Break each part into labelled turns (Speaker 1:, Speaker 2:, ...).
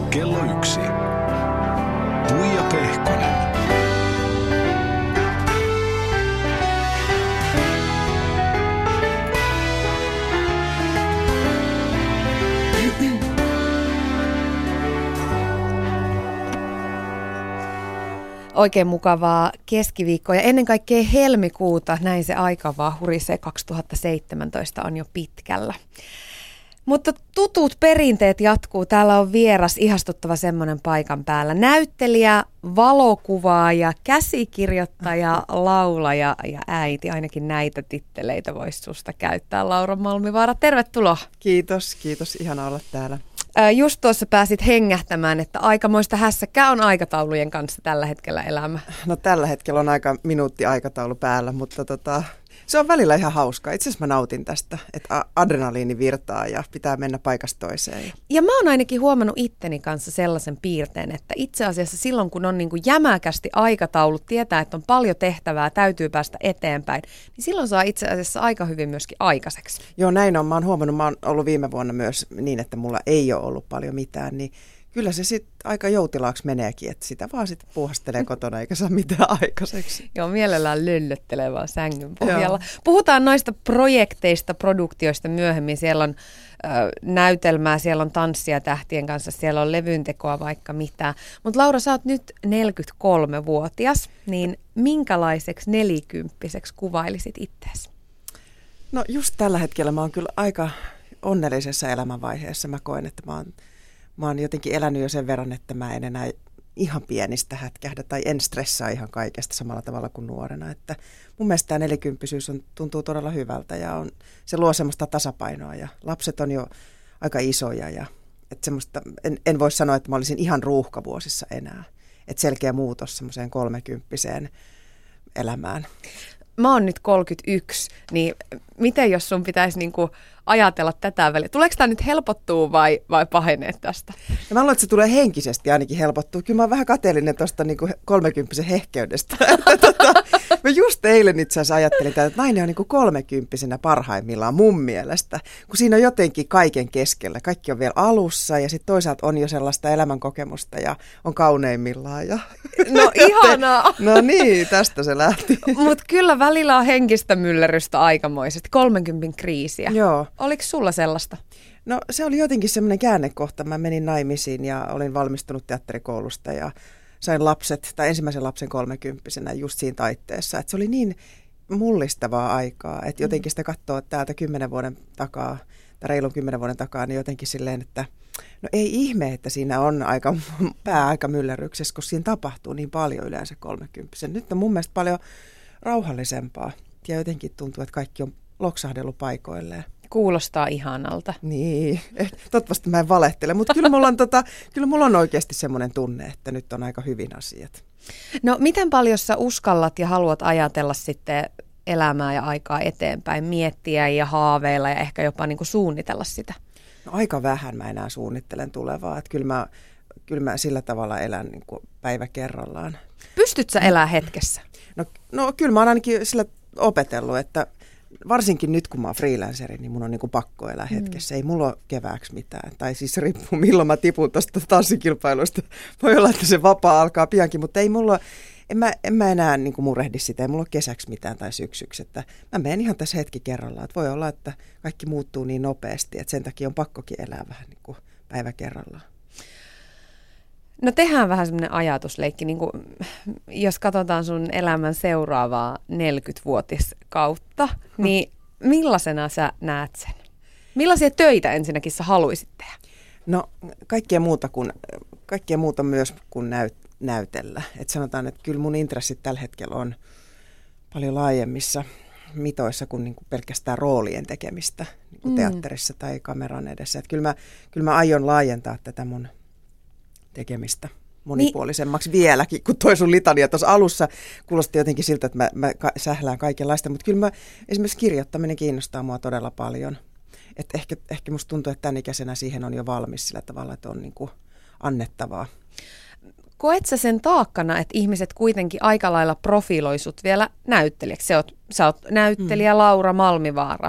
Speaker 1: Kello 1. Tuija Pehkonen.
Speaker 2: Oikein mukavaa keskiviikkoa ja ennen kaikkea helmikuuta, näin se aika vaan hurisee, 2017 on jo pitkällä. Mutta tutut perinteet jatkuu. Täällä on vieras, ihastuttava semmoinen paikan päällä. Näyttelijä, valokuvaaja, käsikirjoittaja, laulaja ja äiti. Ainakin näitä titteleitä voisi susta käyttää, Laura Malmivaara. Tervetuloa.
Speaker 3: Kiitos. Ihana olla täällä.
Speaker 2: Just tuossa pääsit hengähtämään, että aikamoista hässäkkää on aikataulujen kanssa tällä hetkellä elämä.
Speaker 3: No tällä hetkellä on aika minuuttiaikataulu päällä, mutta se on välillä ihan hauskaa. Itse asiassa mä nautin tästä, että adrenaliini virtaa ja pitää mennä paikasta toiseen.
Speaker 2: Ja mä oon ainakin huomannut itteni kanssa sellaisen piirteen, että itse asiassa silloin kun on niin kuin jämäkästi aikataulut, tietää, että on paljon tehtävää, täytyy päästä eteenpäin, niin silloin saa itse asiassa aika hyvin myöskin aikaiseksi.
Speaker 3: Joo, näin on. Mä oon huomannut, mä oon ollut viime vuonna myös niin, että mulla ei ole ollut paljon mitään, niin kyllä se sitten aika joutilaaksi meneekin, että sitä vaan sitten puuhastelee kotona eikä saa mitään aikaiseksi.
Speaker 2: Joo, mielellään löllöttelee vaan sängyn pohjalla. Joo. Puhutaan noista projekteista, produktioista myöhemmin. Siellä on näytelmää, siellä on tanssia tähtien kanssa, siellä on levyntekoa vaikka mitä. Mutta Laura, sä oot nyt 43-vuotias, niin minkälaiseksi nelikymppiseksi kuvailisit itseäsi?
Speaker 3: No just tällä hetkellä mä oon kyllä aika onnellisessa elämänvaiheessa. Mä koen, että mä oon jotenkin elänyt jo sen verran, että mä en enää ihan pienistä hätkähdä tai en stressaa ihan kaikesta samalla tavalla kuin nuorena. Että mun mielestä tämä nelikymppisyys tuntuu todella hyvältä ja se luo semmoista tasapainoa ja lapset on jo aika isoja. Ja, että semmoista, en voi sanoa, että mä olisin ihan ruuhkavuosissa enää. Että selkeä muutos semmoiseen 30-vuotiseen elämään.
Speaker 2: Mä oon nyt 31, niin miten jos sun pitäisi niinku ajatella tätä väliä? Tuleeko tämä nyt helpottuu vai pahenee tästä?
Speaker 3: No mä luulen, että se tulee henkisesti ainakin helpottuu. Kyllä mä oon vähän kateellinen tuosta niinku 30 hehkeydestä. Mä just eilen itse asiassa ajattelin, että nainen on niinku 30 parhaimmillaan mun mielestä. Kun siinä on jotenkin kaiken keskellä. Kaikki on vielä alussa ja sitten toisaalta on jo sellaista elämänkokemusta ja on kauneimmillaan. Ja
Speaker 2: no ihanaa!
Speaker 3: No niin, tästä se lähti.
Speaker 2: Mutta kyllä välillä on henkistä myllerrystä aikamoisesti. 30 kriisiä.
Speaker 3: Joo.
Speaker 2: Oliko sulla sellaista?
Speaker 3: No se oli jotenkin semmoinen käännekohta. Mä menin naimisiin ja olin valmistunut teatterikoulusta ja sain ensimmäisen lapsen 30-vuotiaana just siinä taitteessa. Et se oli niin mullistavaa aikaa, että jotenkin sitä katsoo täältä 10 vuoden takaa, tai reilun 10 vuoden takaa, niin jotenkin silleen, että no ei ihme, että siinä on aika myllerryksessä, koska siinä tapahtuu niin paljon yleensä 30. Nyt on mun mielestä paljon rauhallisempaa ja jotenkin tuntuu, että kaikki on loksahdellut paikoilleen.
Speaker 2: Kuulostaa ihanalta.
Speaker 3: Niin, toivottavasti mä en valehtele, mutta kyllä mulla on oikeasti semmoinen tunne, että nyt on aika hyvin asiat.
Speaker 2: No miten paljon sä uskallat ja haluat ajatella sitten elämää ja aikaa eteenpäin, miettiä ja haaveilla ja ehkä jopa niin kuin suunnitella sitä?
Speaker 3: No aika vähän mä enää suunnittelen tulevaa, että kyllä mä sillä tavalla elän niin kuin päivä kerrallaan.
Speaker 2: Pystyt sä elää hetkessä?
Speaker 3: No kyllä mä oon ainakin sillä opetellut, että varsinkin nyt, kun mä oon freelanceri, niin mun on niinku pakko elää hetkessä. Ei mulla ole kevääksi mitään. Tai siis riippuu, milloin mä tipun tuosta tanssikilpailusta. Voi olla, että se vapaa alkaa piankin, mutta ei mulla, en mä enää niinku murehdi sitä. Ei mulla ole kesäksi mitään tai syksyksi. Että mä menen ihan tässä hetki kerrallaan. Että voi olla, että kaikki muuttuu niin nopeasti, että sen takia on pakkokin elää vähän niinku päivä kerrallaan.
Speaker 2: No tehdään vähän semmoinen ajatusleikki, niin kuin, jos katsotaan sun elämän seuraavaa 40-vuotiskautta, niin millaisena sä näet sen? Millaisia töitä ensinnäkin sä haluaisit tehdä?
Speaker 3: No kaikkea muuta myös kuin näytellä. Et sanotaan, että kyllä mun intressit tällä hetkellä on paljon laajemmissa mitoissa kuin niinku pelkästään roolien tekemistä niinku teatterissa tai kameran edessä. Et kyllä mä aion laajentaa tätä mun tekemistä monipuolisemmaksi vieläkin, kun toi sun litania tuossa alussa kuulosti jotenkin siltä, että mä sählään kaikenlaista, mutta kyllä esimerkiksi kirjoittaminen kiinnostaa mua todella paljon. Että ehkä musta tuntuu, että tämän ikäisenä siihen on jo valmis sillä tavalla, että on niin kuin annettavaa.
Speaker 2: Koet sä sen taakkana, että ihmiset kuitenkin aika lailla profiloisut vielä näyttelijäksi? Sä oot näyttelijä Laura Malmivaara.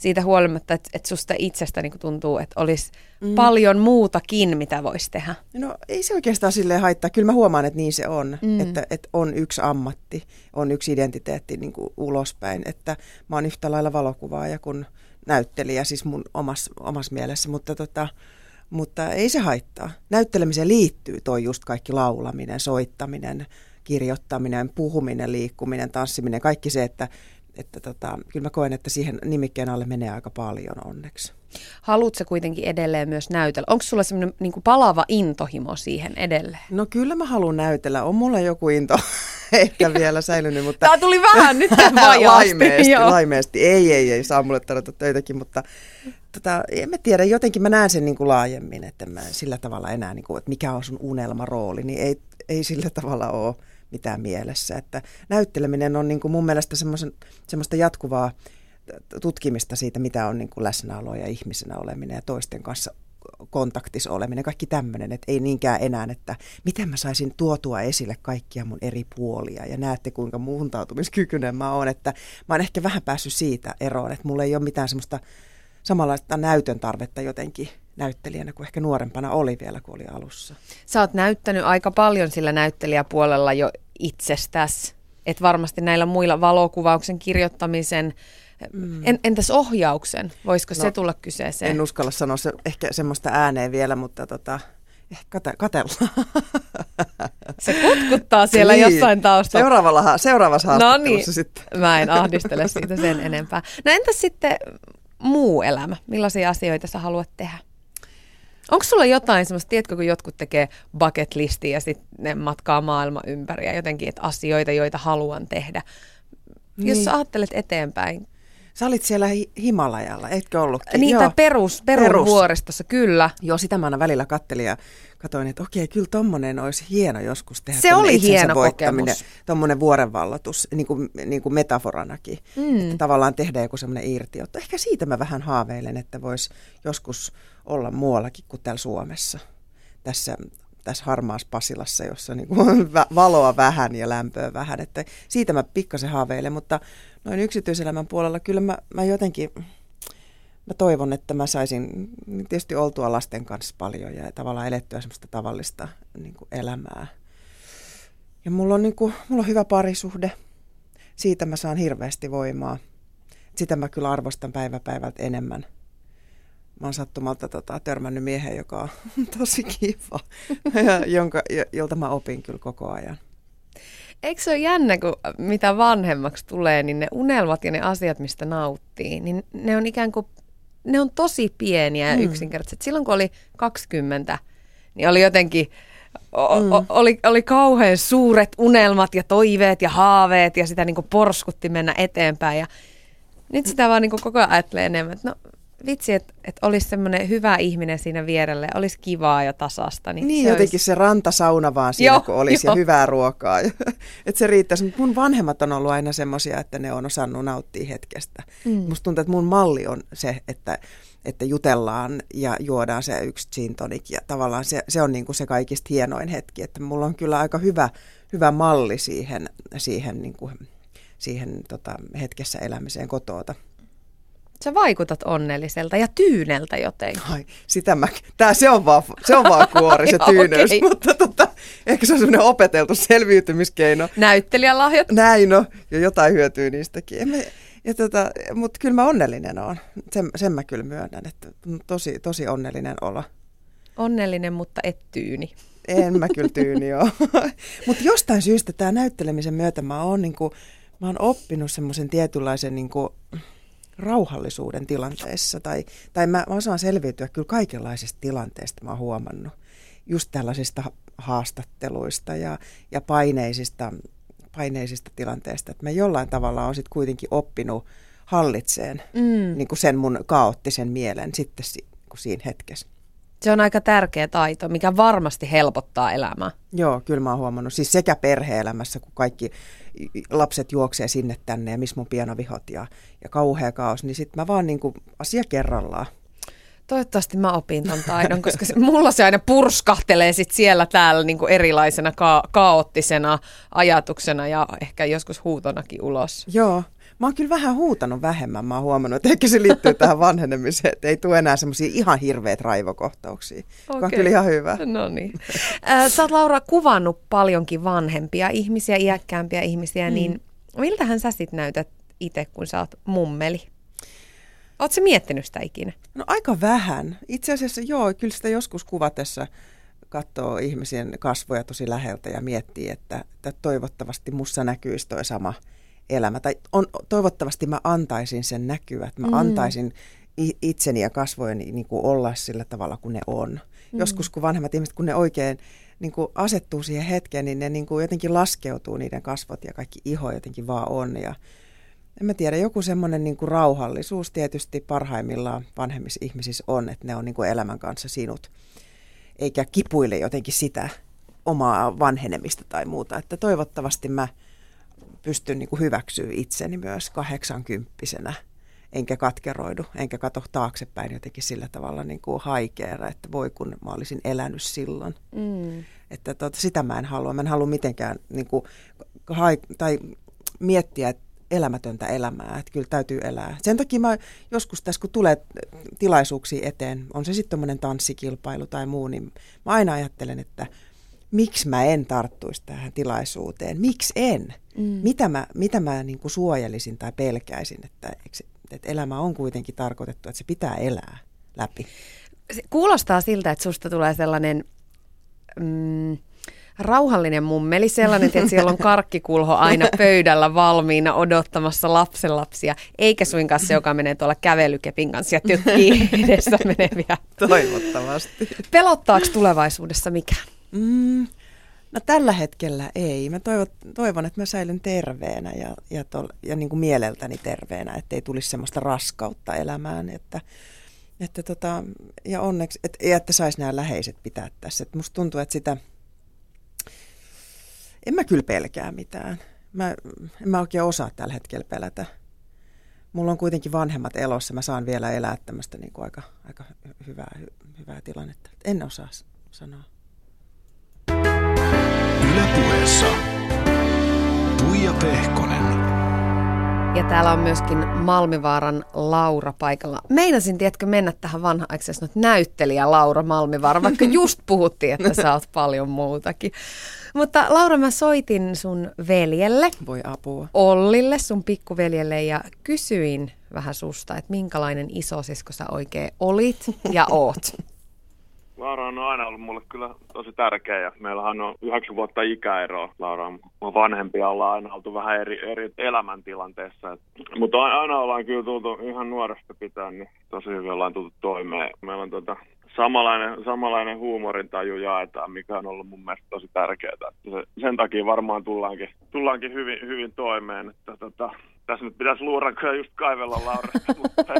Speaker 2: siitä huolimatta, että susta itsestä niin kuin tuntuu, että olisi paljon muutakin, mitä voisi tehdä?
Speaker 3: No ei se oikeastaan silleen haittaa. Kyllä mä huomaan, että niin se on, että on yksi ammatti, on yksi identiteetti niin kuin ulospäin, että mä oon yhtä lailla valokuvaaja kuin näyttelijä, siis mun omassa mielessä, mutta ei se haittaa. Näyttelemiseen liittyy toi just kaikki laulaminen, soittaminen, kirjoittaminen, puhuminen, liikkuminen, tanssiminen, kaikki se, että kyllä mä koen, että siihen nimikkeen alle menee aika paljon onneksi.
Speaker 2: Haluatko sä kuitenkin edelleen myös näytellä? Onko sulla semmoinen niin kuin palava intohimo siihen edelleen?
Speaker 3: No kyllä mä haluan näytellä. On mulla joku into ehkä vielä säilynyt, mutta...
Speaker 2: Tämä tuli vähän nyt vajaasti.
Speaker 3: Laimeesti. Ei saa mulle tarjota töitäkin, mutta en mä tiedä, jotenkin mä näen sen niin kuin laajemmin, että mä sillä tavalla enää, niin kuin, että mikä on sun unelmarooli, niin ei sillä tavalla ole mitään mielessä. Että näytteleminen on niin kuin mun mielestä semmoista jatkuvaa tutkimista siitä, mitä on niin kuin läsnäolo ja ihmisenä oleminen ja toisten kanssa kontaktissa oleminen, kaikki tämmöinen, että ei niinkään enää, että miten mä saisin tuotua esille kaikkia mun eri puolia ja näette kuinka muuntautumiskykyinen mä oon, että mä oon ehkä vähän päässyt siitä eroon, että mulla ei ole mitään semmoista samanlaista näytön tarvetta jotenkin näyttelijänä kuin ehkä nuorempana oli vielä, kun oli alussa.
Speaker 2: Sä oot näyttänyt aika paljon sillä näyttelijäpuolella jo itsestäsi, että varmasti näillä muilla valokuvauksen, kirjoittamisen, entäs ohjauksen? Voisiko se tulla kyseeseen?
Speaker 3: En uskalla sanoa ehkä semmoista ääneen vielä, mutta ehkä katellaan.
Speaker 2: Se kutkuttaa siellä jossain taustalla.
Speaker 3: Seuraavassa haastattelussa sitten.
Speaker 2: Mä en ahdistele siitä sen enempää. No entäs sitten muu elämä? Millaisia asioita sä haluat tehdä? Onko sulla jotain semmoista, tiedätkö, kun jotkut tekee bucket listia ja sitten ne matkaa maailman ympäri ja jotenkin, että asioita, joita haluan tehdä. Niin. Jos sä ajattelet eteenpäin.
Speaker 3: Sä olit siellä Himalajalla, etkö ollutkin?
Speaker 2: Niin, tai Perun vuoristossa, kyllä.
Speaker 3: Joo, sitä mä aina välillä kattelin ja katsoin, että okei, kyllä tommonen olisi hieno joskus tehdä.
Speaker 2: Se oli hieno kokemus.
Speaker 3: Tommonen vuorenvallatus, niin kuin metaforanakin. Että tavallaan tehdä joku semmoinen irtiotto. Ehkä siitä mä vähän haaveilen, että voisi joskus olla muuallakin kuin täällä Suomessa. Tässä harmaassa Pasilassa, jossa niin on valoa vähän ja lämpöä vähän. Että siitä mä pikkasen haaveilen, mutta noin yksityiselämän puolella kyllä mä jotenkin, mä toivon, että mä saisin tietysti oltua lasten kanssa paljon ja tavallaan elettyä semmoista tavallista niin kuin elämää. Ja mulla on hyvä parisuhde. Siitä mä saan hirveästi voimaa. Sitä mä kyllä arvostan päivältä enemmän. Mä oon sattumalta törmännyt miehen, joka on tosi kiva ja jolta mä opin kyllä koko ajan.
Speaker 2: Eikö se ole jännä, kun mitä vanhemmaksi tulee, niin ne unelmat ja ne asiat, mistä nauttii, niin ne on ikään kuin, ne on tosi pieniä ja yksinkertaiset. Silloin kun oli 20, niin oli jotenkin, oli kauhean suuret unelmat ja toiveet ja haaveet ja sitä niin kuin porskutti mennä eteenpäin. Ja nyt sitä vaan niin kuin koko ajan ajattelee enemmän, että no vitsi, että olisi semmoinen hyvä ihminen siinä vierelle, olisi kivaa ja tasasta.
Speaker 3: Niin jotenkin se rantasauna vaan siinä, kun olisi ja hyvää ruokaa. Että se riittäisi. Mutta mun vanhemmat on ollut aina semmoisia, että ne on osannut nauttia hetkestä. Musta tuntuu, että mun malli on se, että jutellaan ja juodaan se yksi gin tonic. Ja tavallaan se on niin kuin se kaikista hienoin hetki. Että mulla on kyllä aika hyvä malli siihen hetkessä elämiseen kotoota.
Speaker 2: Sä vaikutat onnelliselta ja tyyneltä jotenkin.
Speaker 3: Ai, se on vaan kuori, se tyyneys, okay. Mutta ehkä se on semmoinen opeteltu selviytymiskeino.
Speaker 2: Näyttelijän lahjat.
Speaker 3: Näin on, ja jotain hyötyy niistäkin. Mutta kyllä mä onnellinen oon, sen mä kyllä myönnän, että tosi onnellinen olo.
Speaker 2: Onnellinen, mutta et tyyni.
Speaker 3: En mä kyllä tyyni ole. Mutta jostain syystä tämä näyttelemisen myötä mä oon oppinut semmoisen tietynlaisen rauhallisuuden tilanteessa, tai mä osaan selviytyä kyllä kaikenlaisista tilanteista, mä oon huomannut. Just tällaisista haastatteluista ja paineisista tilanteista, että mä jollain tavalla oon sitten kuitenkin oppinut hallitseen niin kuin sen mun kaoottisen mielen sitten siinä hetkessä.
Speaker 2: Se on aika tärkeä taito, mikä varmasti helpottaa elämää.
Speaker 3: Joo, kyllä mä oon huomannut. Siis sekä perhe-elämässä, kun kaikki lapset juoksee sinne tänne ja missä mun pianovihot ja kauhea kaos, niin sitten mä vaan niin kuin asia kerrallaan.
Speaker 2: Toivottavasti mä opin ton taidon, koska mulla se aina purskahtelee sit siellä täällä niin kuin erilaisena kaoottisena ajatuksena ja ehkä joskus huutonakin ulos.
Speaker 3: Joo, Mä oon kyllä vähän huutanut vähemmän. Mä oon huomannut, että ehkä se liittyy tähän vanhenemiseen, että ei tule enää semmoisia ihan hirveät raivokohtauksia. Okay. On kyllä ihan hyvä.
Speaker 2: No niin. Sä oot, Laura, kuvannut paljonkin vanhempia ihmisiä, iäkkäämpiä ihmisiä, niin miltähän sä sit näytät itse, kun sä oot mummeli? Ootko sä miettinyt sitä ikinä?
Speaker 3: No aika vähän. Itse asiassa joo, kyllä sitä joskus kuvatessa katsoo ihmisen kasvoja tosi läheltä ja miettii, että toivottavasti mussa näkyisi toi sama elämä. Tai toivottavasti mä antaisin sen näkyä, että mä antaisin itseni ja kasvojeni niin kuin olla sillä tavalla kuin ne on. Joskus kun vanhemmat ihmiset, kun ne oikein niin kuin asettuu siihen hetkeen, niin ne niin kuin jotenkin laskeutuu niiden kasvot ja kaikki iho jotenkin vaan on. Ja en mä tiedä, joku semmoinen niin kuin rauhallisuus tietysti parhaimmillaan vanhemmissa ihmisissä on, että ne on niin kuin elämän kanssa sinut, eikä kipuile jotenkin sitä omaa vanhenemista tai muuta. Että toivottavasti mä pystyn niin kuin hyväksyä itseni myös 80-vuotiaana, enkä katkeroidu, enkä katso taaksepäin jotenkin sillä tavalla niin kuin haikeera, että voi kun mä olisin elänyt silloin. Että sitä mä en halua. Mä en halua mitenkään niin kuin, tai miettiä elämätöntä elämää, että kyllä täytyy elää. Sen takia mä joskus tässä, kun tulee tilaisuuksia eteen, on se sitten tommoinen tanssikilpailu tai muu, niin mä aina ajattelen, että miksi mä en tarttuisi tähän tilaisuuteen? Miksi en? Mitä mä niin kuin suojelisin tai pelkäisin? Että elämä on kuitenkin tarkoitettu, että se pitää elää läpi.
Speaker 2: Kuulostaa siltä, että susta tulee sellainen rauhallinen mummeli, sellainen, että siellä on karkkikulho aina pöydällä valmiina odottamassa lapsenlapsia, eikä suinkaan se, joka menee tuolla kävelykepin kanssa ja tykkii edessä meneviä.
Speaker 3: Toivottavasti.
Speaker 2: Pelottaako tulevaisuudessa mikään?
Speaker 3: No tällä hetkellä ei. Mä toivon, että mä säilyn terveenä ja niin kuin mieleltäni terveenä, ettei tulisi semmoista raskautta elämään, ja onneksi, että saisi nämä läheiset pitää tässä. Et musta tuntuu, että en mä kyllä pelkää mitään. En mä oikein osaa tällä hetkellä pelätä. Mulla on kuitenkin vanhemmat elossa. Mä saan vielä elää tämmöistä niin kuin aika hyvää tilannetta. En osaa sanoa.
Speaker 1: Yle Puheessa Tuija Pehkonen.
Speaker 2: Ja täällä on myöskin Malmivaaran Laura paikalla. Meinasin, tiedätkö, mennä tähän vanha-aikaiseen näyttelijä Laura Malmivaara, vaikka just puhuttiin, että sä oot paljon muutakin. Mutta Laura, mä soitin sun veljelle,
Speaker 3: voi apua,
Speaker 2: Ollille, sun pikkuveljelle, ja kysyin vähän susta, että minkälainen isosisko sä oikein olit ja oot.
Speaker 4: Laura on aina ollut mulle kyllä tosi tärkeä ja meillähän on 9 vuotta ikäeroa. Laura on vanhempia, ollaan aina oltu vähän eri elämäntilanteessa. Mutta aina ollaan kyllä tultu ihan nuoresta pitäen, niin tosi hyvin ollaan tultu toimeen. Meillä on samanlainen huumorintaju jaetaan, mikä on ollut mun mielestä tosi tärkeää. Sen takia varmaan tullaankin hyvin toimeen. Että tässä nyt pitäisi luuran kyllä just kaivella Laurasta, mutta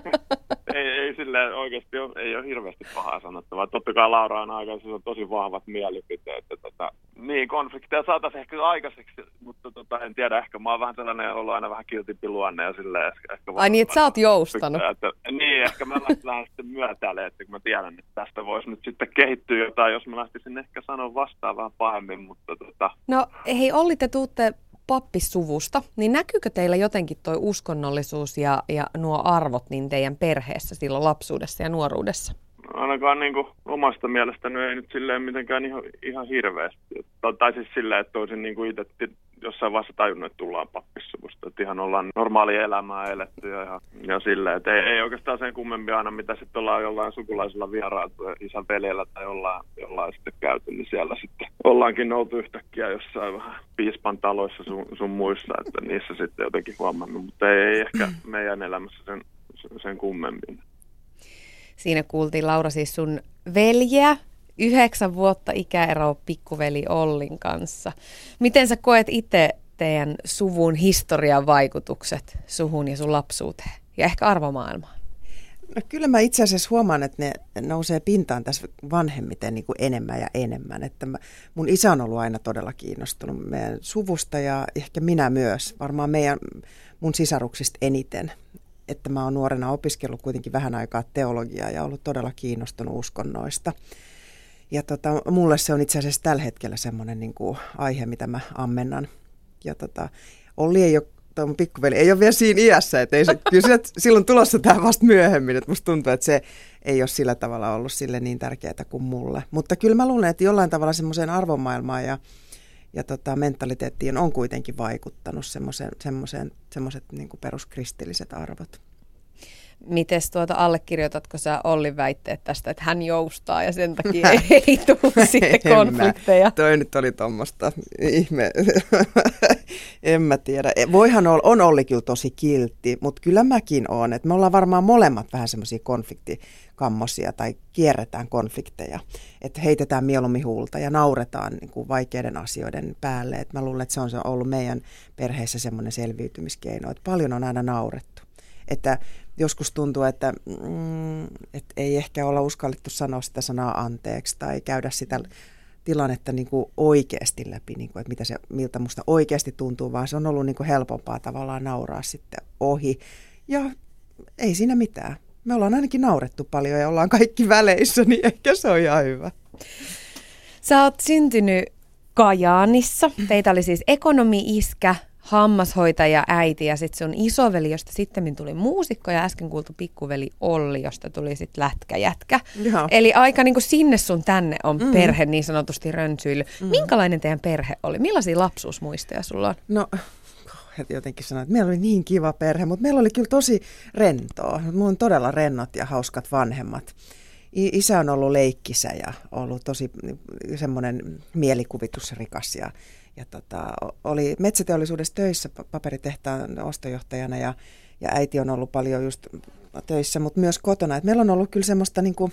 Speaker 4: ei silleen oikeasti ei ole hirveästi pahaa sanottavaa. Totta kai Laura on aika tosi vahvat mielipiteet. Niin, konflikteja saataisiin ehkä aikaiseksi, mutta en tiedä, ehkä mä oon vähän sellainen ollut aina vähän kiltimpi luonne ja silleen ehkä
Speaker 2: ai niin, että sä oot joustanut.
Speaker 4: Niin, ehkä mä lähden sitten myötäille, että kun mä tiedän, että tästä voisi nyt sitten kehittyä jotain, jos mä lähtisin ehkä sanoa vastaan vähän pahemmin, mutta
Speaker 2: No hei, Olli, te tuutte pappisuvusta, niin näkyykö teillä jotenkin toi uskonnollisuus ja nuo arvot niin teidän perheessä silloin lapsuudessa ja nuoruudessa?
Speaker 4: Ainakaan niin kuin omasta mielestäni ei nyt silleen mitenkään ihan hirveästi. Tai siis silleen, että olisin niin kuin itse jossain vaiheessa tajunnut, että tullaan pappisuvusta. Että ihan ollaan normaalia elämää eletty ja silleen, että ei oikeastaan sen kummemmin aina, mitä sitten ollaan jollain sukulaisilla vierailtu isän veljellä tai jollain sitten käyty, niin siellä sitten ollaankin oltu yhtäkkiä jossain vähän piispan taloissa sun muissa, että niissä sitten jotenkin huomannut, mutta ei ehkä meidän elämässä sen kummemmin.
Speaker 2: Siinä kuultiin, Laura, siis sun veljeä, 9 vuotta ikäeroa pikkuveli Ollin kanssa. Miten sä koet itse teidän suvun historian vaikutukset suhun ja sun lapsuuteen ja ehkä arvomaailmaan?
Speaker 3: No kyllä mä itse asiassa huomaan, että ne nousee pintaan tässä vanhemmiten niin kuin enemmän ja enemmän. Että mun isä on ollut aina todella kiinnostunut meidän suvusta ja ehkä minä myös, varmaan mun sisaruksista eniten. Että mä oon nuorena opiskellut kuitenkin vähän aikaa teologiaa ja ollut todella kiinnostunut uskonnoista. Ja mulle se on itse asiassa tällä hetkellä semmoinen niin kuin aihe, mitä mä ammennan. Ja Olli ei ole tuo mun pikkuveli ei ole vielä siinä iässä, että ei se, kyllä silloin tulossa tämä vasta myöhemmin, että musta tuntuu, että se ei ole sillä tavalla ollut sille niin tärkeää kuin mulle. Mutta kyllä mä luulen, että jollain tavalla semmoiseen arvomaailmaan ja mentaliteettiin on kuitenkin vaikuttanut semmoiset niin kuin peruskristilliset arvot.
Speaker 2: Mites allekirjoitatko sä Ollin väitteet tästä, että hän joustaa ja sen takia ei tule sitten konflikteja?
Speaker 3: Toi nyt oli tuommoista ihme. En mä tiedä. On Olli kyllä tosi kiltti, mutta kyllä mäkin oon. Että me ollaan varmaan molemmat vähän semmoisia konfliktikammosia tai kierretään konflikteja. Että heitetään mieluummin huulta ja nauretaan niin kuin vaikeiden asioiden päälle. Et mä luulen, että se on ollut meidän perheessä semmoinen selviytymiskeino, että paljon on aina naurettu. Että joskus tuntuu, että ei ehkä olla uskallettu sanoa sitä sanaa anteeksi tai käydä sitä tilannetta niin kuin oikeasti läpi, niin kuin, että miltä musta oikeasti tuntuu, vaan se on ollut niin kuin helpompaa tavallaan nauraa sitten ohi. Ja ei siinä mitään. Me ollaan ainakin naurettu paljon ja ollaan kaikki väleissä, niin ehkä se on ihan hyvä.
Speaker 2: Sä oot syntynyt Kajaanissa. Teitä oli siis ekonomi-iskä, hammashoitaja, äiti ja sitten sun isoveli, josta sitten tuli muusikko ja äsken kuultu pikkuveli Olli, josta tuli sitten lätkäjätkä. Joo. Eli aika niin kuin sinne sun tänne on perhe niin sanotusti rönsyily. Minkälainen teidän perhe oli? Millaisia lapsuusmuistoja sulla on?
Speaker 3: No, jotenkin sanoa, että meillä oli niin kiva perhe, mutta meillä oli kyllä tosi rentoa. Mulla on todella rennot ja hauskat vanhemmat. Isä on ollut leikkisä ja ollut tosi semmoinen mielikuvitusrikas ja oli metsäteollisuudessa töissä paperitehtaan ostojohtajana ja äiti on ollut paljon just töissä, mutta myös kotona. Et meillä on ollut kyllä semmoista niinku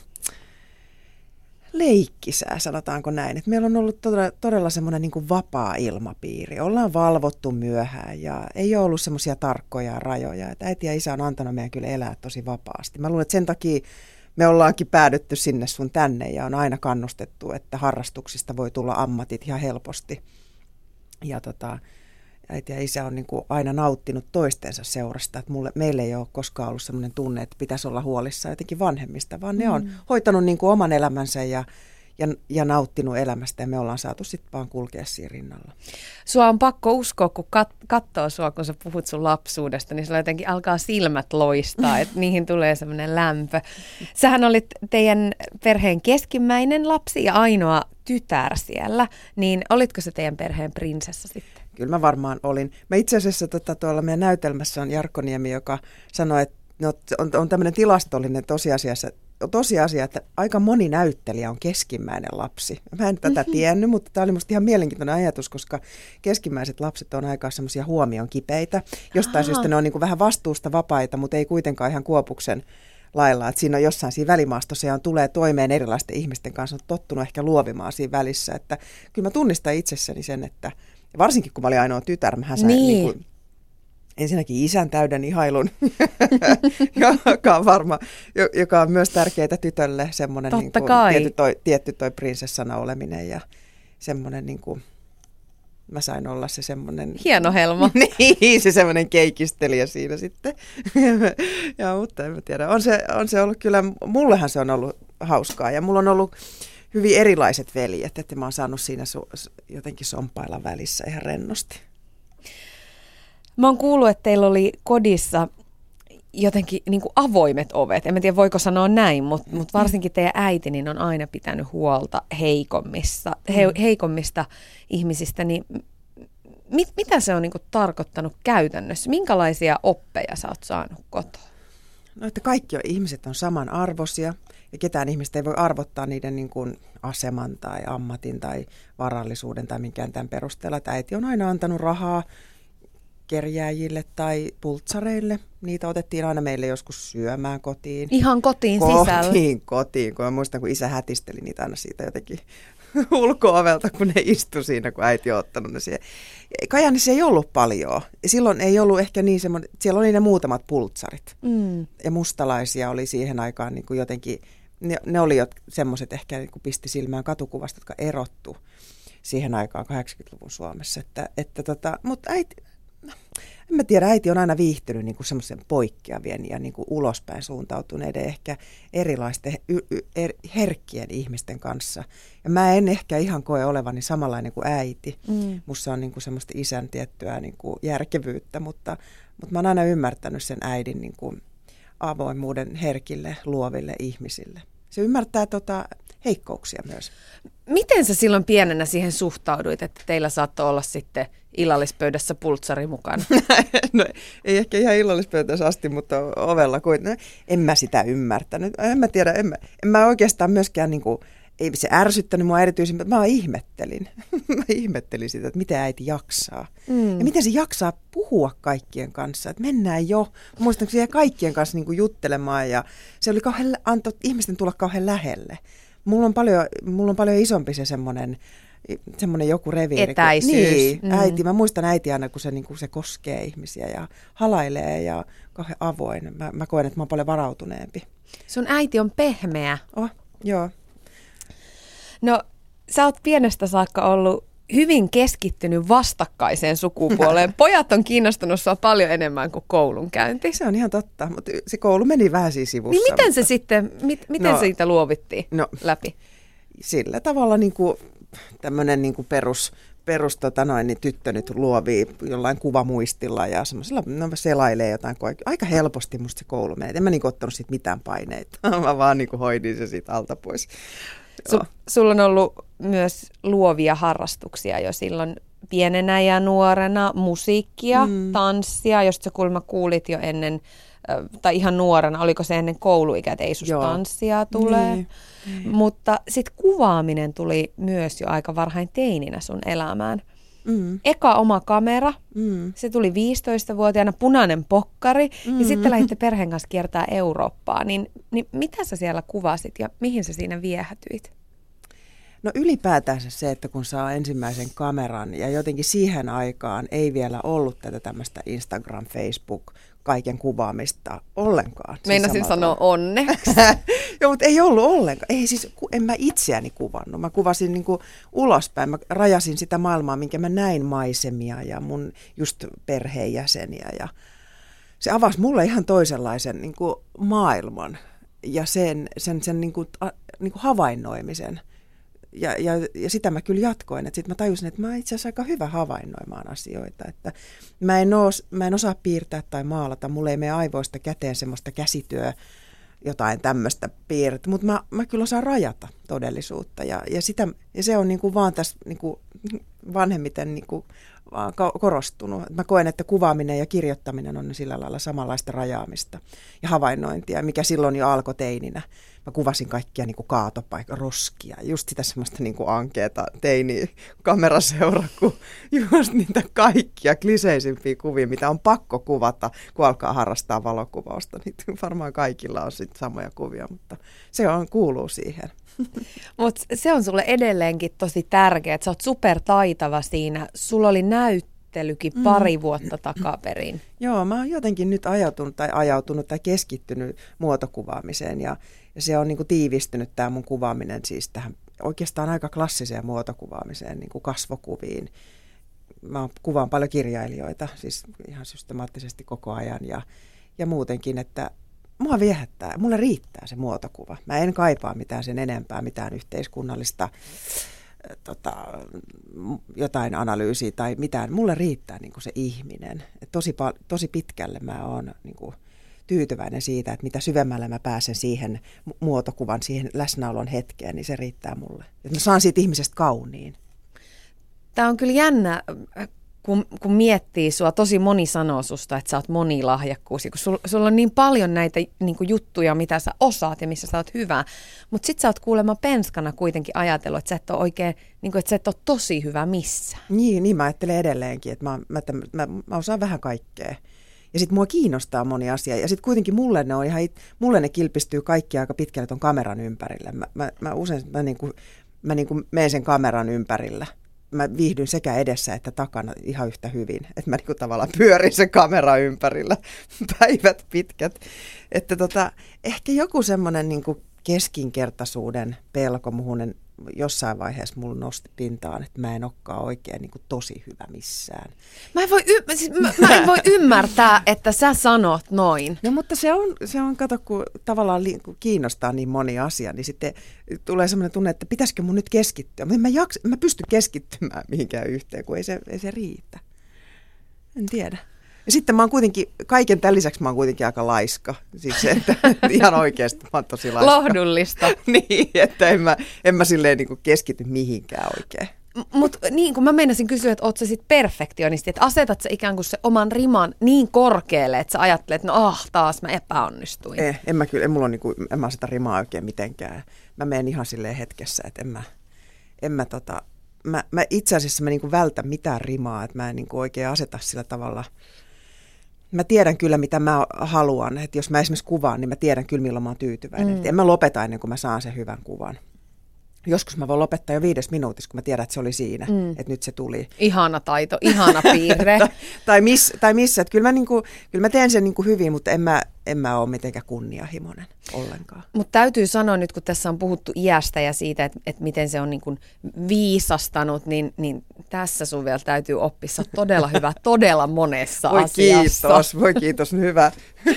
Speaker 3: leikkisää, sanotaanko näin. Et meillä on ollut todella semmoinen niinku vapaa ilmapiiri. Ollaan valvottu myöhään ja ei ole ollut semmoisia tarkkoja rajoja. Et äiti ja isä on antanut meidän kyllä elää tosi vapaasti. Mä luulen, että sen takia me ollaankin päädytty sinne sun tänne ja on aina kannustettu, että harrastuksista voi tulla ammatit ihan helposti. Ja äiti ja isä on niin kuin aina nauttinut toistensa seurasta, että meille ei ole koskaan ollut sellainen tunne, että pitäisi olla huolissaan jotenkin vanhemmista, vaan ne on hoitanut niin kuin oman elämänsä ja nauttinut elämästä ja me ollaan saatu sitten vaan kulkea siinä rinnalla.
Speaker 2: Sua on pakko uskoa, kun katsoo sua, kun sä puhut sun lapsuudesta, niin sulla jotenkin alkaa silmät loistaa, että niihin tulee semmoinen lämpö. Sähän olit teidän perheen keskimmäinen lapsi ja ainoa tytär siellä, niin olitko se teidän perheen prinsessa sitten? Kyllä
Speaker 3: mä varmaan olin. Mä itse asiassa tuolla meidän näytelmässä on Jarkko Niemi, joka sanoi, että on tämmöinen tilastollinen tosiasia, että aika moni näyttelijä on keskimmäinen lapsi. Mä en tätä tiennyt, mutta tämä oli musta ihan mielenkiintoinen ajatus, koska keskimmäiset lapset on aika semmoisia huomion kipeitä. Jostain syystä ne on niin kuin vähän vastuusta vapaita, mutta ei kuitenkaan ihan Kuopuksen lailla. Että siinä on jossain siinä välimaastossa ja tulee toimeen erilaisten ihmisten kanssa, on tottunut ehkä luovimaan siinä välissä. Että kyllä mä tunnistan itsessäni sen, että varsinkin kun mä olin ainoa tytär, mähän sain niin kuin ensinnäkin isän täyden ihailun, joka on myös tärkeää tytölle, semmoinen niin kuin, tietty toi prinsessana oleminen ja semmoinen, niin kuin, mä sain olla se semmoinen
Speaker 2: hieno helmo.
Speaker 3: Niin, se semmoinen keikistelijä siinä sitten. Ja, mutta en mä tiedä, on se ollut kyllä, mullehan se on ollut hauskaa ja mulla on ollut hyvin erilaiset veljet, että mä oon saanut siinä jotenkin sompailla välissä ihan rennosti.
Speaker 2: Mä oon kuullut, että teillä oli kodissa jotenkin niin kuin avoimet ovet. En tiedä, voiko sanoa näin, mutta varsinkin teidän äiti niin on aina pitänyt huolta heikommista ihmisistä. Niin mitä se on niin kuin tarkoittanut käytännössä? Minkälaisia oppeja sä oot saanut kotoa?
Speaker 3: No, että kaikki ihmiset on samanarvoisia ja ketään ihmistä ei voi arvottaa niiden niin kuin aseman tai ammatin tai varallisuuden tai minkään tämän perusteella. Että äiti on aina antanut rahaa kerjääjille tai pultsareille. Niitä otettiin aina meille joskus syömään kotiin.
Speaker 2: Ihan kotiin sisällä?
Speaker 3: Kotiin. Kun mä muistan, kun isä hätisteli niitä aina siitä jotenkin ulko-ovelta, kun ne istui siinä, kun äiti on ottanut ne siihen. Kajaanissa ei ollut paljon. Silloin ei ollut ehkä niin semmoinen, siellä oli ne muutamat pultsarit. Ja mustalaisia oli siihen aikaan niin kuin jotenkin, ne oli semmoiset ehkä niin kuin pisti silmään katukuvasta, jotka erottu siihen aikaan 80-luvun Suomessa. Mutta en mä tiedä, äiti on aina viihtynyt niin kuin semmoisen poikkeavien ja niin kuin ulospäin suuntautuneiden ehkä erilaisten herkkien ihmisten kanssa. Ja mä en ehkä ihan koe olevani samanlainen kuin äiti. Musta on niin kuin semmoista isän tiettyä niin kuin järkevyyttä, mutta mä oon aina ymmärtänyt sen äidin niin kuin avoimuuden herkille, luoville ihmisille. Se ymmärtää heikkouksia myös.
Speaker 2: Miten sä silloin pienenä siihen suhtauduit, että teillä saattoi olla sitten illallispöydässä pultsari mukana?
Speaker 3: No, ei ehkä ihan illallispöydässä asti, mutta ovella. En mä sitä ymmärtänyt. En mä tiedä, en mä oikeastaan myöskään, niin kuin, ei se ärsyttänyt mua erityisen, mutta mä ihmettelin. Mä ihmettelin sitä, että miten äiti jaksaa. Ja miten se jaksaa puhua kaikkien kanssa. Että mennään jo. Mä muistan, kun se jäi kaikkien kanssa niin kuin juttelemaan ja se oli antoi ihmisten tulla kauhean lähelle. Mulla on paljon isompi se semmoinen joku reviiri.
Speaker 2: Etäisyys.
Speaker 3: Niin, äiti. Mä muistan äiti aina, kun se koskee ihmisiä ja halailee ja kauhean avoin. Mä koen, että mä oon paljon varautuneempi.
Speaker 2: Sun äiti on pehmeä.
Speaker 3: Joo.
Speaker 2: No, sä oot pienestä saakka ollut hyvin keskittynyt vastakkaiseen sukupuoleen. Pojat on kiinnostunut sua paljon enemmän kuin koulunkäynti.
Speaker 3: Se on ihan totta, mutta se koulu meni vähän siinä sivussa.
Speaker 2: Niin miten se sitten, miten siitä luovittiin läpi?
Speaker 3: Sillä tavalla niin kuin tämmöinen niin kuin perus niin tyttö nyt luovii jollain kuvamuistilla ja semmoisella selailee jotain. Aika helposti musta se koulu menee. En mä niin kuin ottanut siitä mitään paineita. Mä vaan niin kuin hoidin se siitä alta pois.
Speaker 2: Sulla on ollut myös luovia harrastuksia jo silloin pienenä ja nuorena, musiikkia, tanssia, josta sä kuulemma kuulit jo ennen, tai ihan nuorena, oliko se ennen kouluikä, että ei susta tanssia tulee. Niin. Mutta sitten kuvaaminen tuli myös jo aika varhain teininä sun elämään. Eka oma kamera, se tuli 15-vuotiaana, punainen pokkari, ja sitten lähditte perheen kanssa kiertää Eurooppaa. Niin mitä sä siellä kuvasit ja mihin sä siinä viehätyit?
Speaker 3: No ylipäätään se, että kun saa ensimmäisen kameran ja jotenkin siihen aikaan ei vielä ollut tätä tämmöistä Instagram, Facebook, kaiken kuvaamista ollenkaan.
Speaker 2: Meinasin sanoa onneksi.
Speaker 3: Joo, mutta ei ollut ollenkaan. Ei siis, en mä itseäni kuvannut. Mä kuvasin niin kuin ulospäin. Mä rajasin sitä maailmaa, minkä mä näin maisemia ja mun just perheenjäseniä. Ja se avasi mulle ihan toisenlaisen niin kuin maailman ja sen niin kuin havainnoimisen. Ja sitä mä kyllä jatkoin, että sitten mä tajusin, että mä oon itse asiassa aika hyvä havainnoimaan asioita, että mä en osaa piirtää tai maalata, mulla ei mene aivoista käteen semmoista jotain tämmöistä piirrettä, mutta mä kyllä osaan rajata todellisuutta ja se on niinku vaan tässä niinku vanhemmiten niinku vaan korostunut. Mä koen, että kuvaaminen ja kirjoittaminen on sillä lailla samanlaista rajaamista ja havainnointia, mikä silloin jo alkoi teininä. Mä kuvasin kaikkia niin kuin roskia, just sitä semmoista niin kuin ankeeta teini-kameraseura, kun just niitä kaikkia kliseisimpiä kuvia, mitä on pakko kuvata, kun alkaa harrastaa valokuvausta. Niitä varmaan kaikilla on sitten samoja kuvia, mutta kuuluu siihen.
Speaker 2: Mutta se on sulle edelleenkin tosi tärkeää, että sä oot supertaitava siinä. Sulla oli näyttelykin pari vuotta takaperin.
Speaker 3: Joo, mä oon jotenkin nyt ajautunut tai keskittynyt muotokuvaamiseen ja se on niin kuin tiivistynyt tämä mun kuvaaminen siis tähän oikeastaan aika klassiseen muotokuvaamiseen, niin kuin kasvokuviin. Mä kuvaan paljon kirjailijoita, siis ihan systemaattisesti koko ajan ja muutenkin, että mua viehättää, mulle riittää se muotokuva. Mä en kaipaa mitään sen enempää, mitään yhteiskunnallista jotain analyysiä tai mitään. Mulle riittää niin kuin se ihminen. Tosi pitkälle mä oon niin kuin tyytyväinen siitä, että mitä syvemmällä mä pääsen siihen muotokuvan, siihen läsnäolon hetkeen, niin se riittää mulle. Että mä saan siitä ihmisestä kauniin.
Speaker 2: Tämä on kyllä jännä, kun miettii sua, tosi moni sanoo susta, että sä oot monilahjakkuus. Kun sulla on niin paljon näitä niin kuin juttuja, mitä sä osaat ja missä sä oot hyvä. Mutta sit sä oot kuulemma penskana kuitenkin ajatellut, että sä et ole oikein, niin kuin, että sä et ole tosi hyvä missään.
Speaker 3: Niin mä ajattelen edelleenkin, että mä osaan vähän kaikkea. Ja sitten mua kiinnostaa moni asia. Ja sitten kuitenkin mulle ne kilpistyy kaikki aika pitkälle ton kameran ympärille. Mä usein menen sen kameran ympärillä. Mä viihdyn sekä edessä että takana ihan yhtä hyvin. Että mä niinku tavallaan pyörin sen kameran ympärillä päivät pitkät. Että ehkä joku semmoinen niinku keskinkertaisuuden pelko jossain vaiheessa mulla nosti pintaan, että mä en olekaan oikein niin kuin tosi hyvä missään.
Speaker 2: Mä en voi ymmärtää, että sä sanot noin.
Speaker 3: No mutta se on kato, kun tavallaan kun kiinnostaa niin moni asia, niin sitten tulee semmoinen tunne, että pitäisikö mun nyt keskittyä. Mutta mä pysty keskittymään mihinkään yhteen, kun ei se riitä. En tiedä. Ja sitten mä oon kuitenkin, kaiken tämän lisäksi mä oon kuitenkin aika laiska. Siis että ihan oikeasti mä oon tosi laiska.
Speaker 2: Lohdullista.
Speaker 3: Niin, että en mä silleen niin kuin keskity mihinkään oikein.
Speaker 2: Mutta niin kuin mä meinasin kysyä, että oot sä sit perfektionisti, että asetat sä ikään kuin se oman riman niin korkealle, että sä ajattelet, että no taas mä epäonnistuin.
Speaker 3: En mulla on niinku, en mä aseta rimaa oikein mitenkään. Mä menen ihan silleen hetkessä, että mä itse asiassa mä niinku vältän mitään rimaa, että mä en niinku oikein aseta sillä tavalla. Mä tiedän kyllä, mitä mä haluan. Että jos mä esimerkiksi kuvaan, niin mä tiedän kyllä, milloin mä oon tyytyväinen. En mä lopeta ennen kuin mä saan sen hyvän kuvan. Joskus mä voin lopettaa jo 5 minuutissa, kun mä tiedän, että se oli siinä, että nyt se tuli.
Speaker 2: Ihana taito, ihana piirre.
Speaker 3: tai missä, että kyllä mä teen sen niinku hyvin, mutta en mä ole mitenkään kunnianhimoinen ollenkaan.
Speaker 2: Mutta täytyy sanoa nyt, kun tässä on puhuttu iästä ja siitä, että miten se on niinku viisastanut, niin tässä sun vielä täytyy oppia. Sä oot todella hyvä, todella monessa asiassa.
Speaker 3: Voi kiitos, hyvä.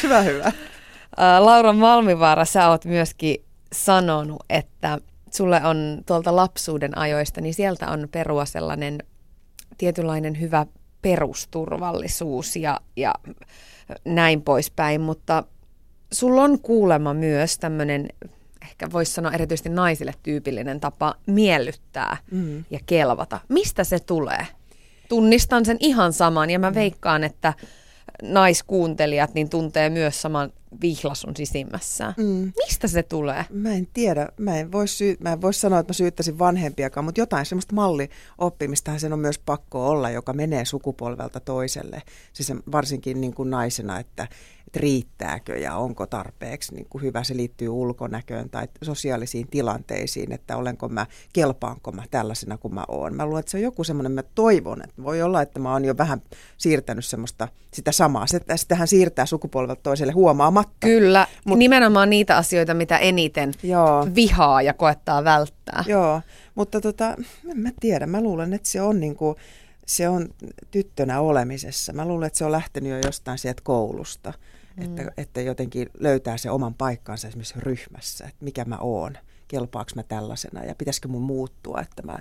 Speaker 2: Laura Malmivaara, sä oot myöskin sanonut, että sulle on tuolta lapsuuden ajoista, niin sieltä on perua sellainen tietynlainen hyvä perusturvallisuus ja näin poispäin, mutta sulla on kuulemma myös tämmöinen, ehkä voisi sanoa erityisesti naisille tyypillinen tapa miellyttää ja kelvata. Mistä se tulee? Tunnistan sen ihan saman ja mä veikkaan, että naiskuuntelijat niin tuntee myös saman vihlasun sisimmässään. Mistä se tulee?
Speaker 3: Mä en tiedä. Mä en voi sanoa, että mä syyttäisin vanhempiakaan, mutta jotain semmoista mallioppimistahan sen on myös pakko olla, joka menee sukupolvelta toiselle. Siis varsinkin niin kuin naisena, että riittääkö ja onko tarpeeksi niin kuin hyvä. Se liittyy ulkonäköön tai sosiaalisiin tilanteisiin, että kelpaanko mä tällaisena kuin mä oon. Mä luulen, että se on joku semmoinen, mä toivon, että voi olla, että mä oon jo vähän siirtänyt sitä samaa. Sitähän siirtää sukupolvelta toiselle huomaamatta.
Speaker 2: Kyllä, nimenomaan niitä asioita, mitä eniten vihaa ja koettaa välttää.
Speaker 3: Joo, mutta en mä tiedä. Mä luulen, että se on tyttönä olemisessa. Mä luulen, että se on lähtenyt jo jostain sieltä koulusta, että jotenkin löytää se oman paikkansa esimerkiksi ryhmässä, että mikä mä oon, kelpaanko mä tällaisena ja pitäisikö mun muuttua, että mä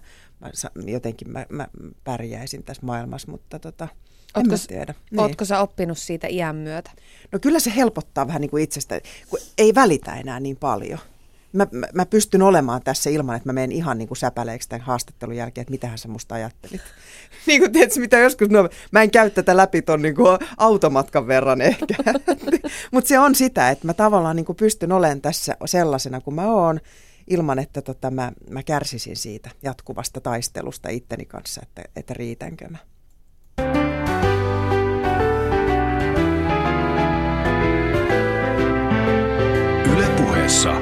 Speaker 3: pärjäisin tässä maailmassa, mutta en mä tiedä.
Speaker 2: Ootko sä oppinut siitä iän myötä?
Speaker 3: No kyllä se helpottaa vähän niin kuin itsestä, kun ei välitä enää niin paljon. Mä pystyn olemaan tässä ilman, että mä menen ihan niin kuin säpäleeksi tämän haastattelun jälkeen, että mitähän sä musta ajattelit. Niin kuin tiedätkö, mitä joskus, mä en käy tätä läpi ton niin kuin automatkan verran ehkä. Mutta se on sitä, että mä tavallaan niin kuin pystyn olemaan tässä sellaisena kuin mä oon, ilman että mä kärsisin siitä jatkuvasta taistelusta itteni kanssa, että riitänkö mä.
Speaker 1: Yle Puheessa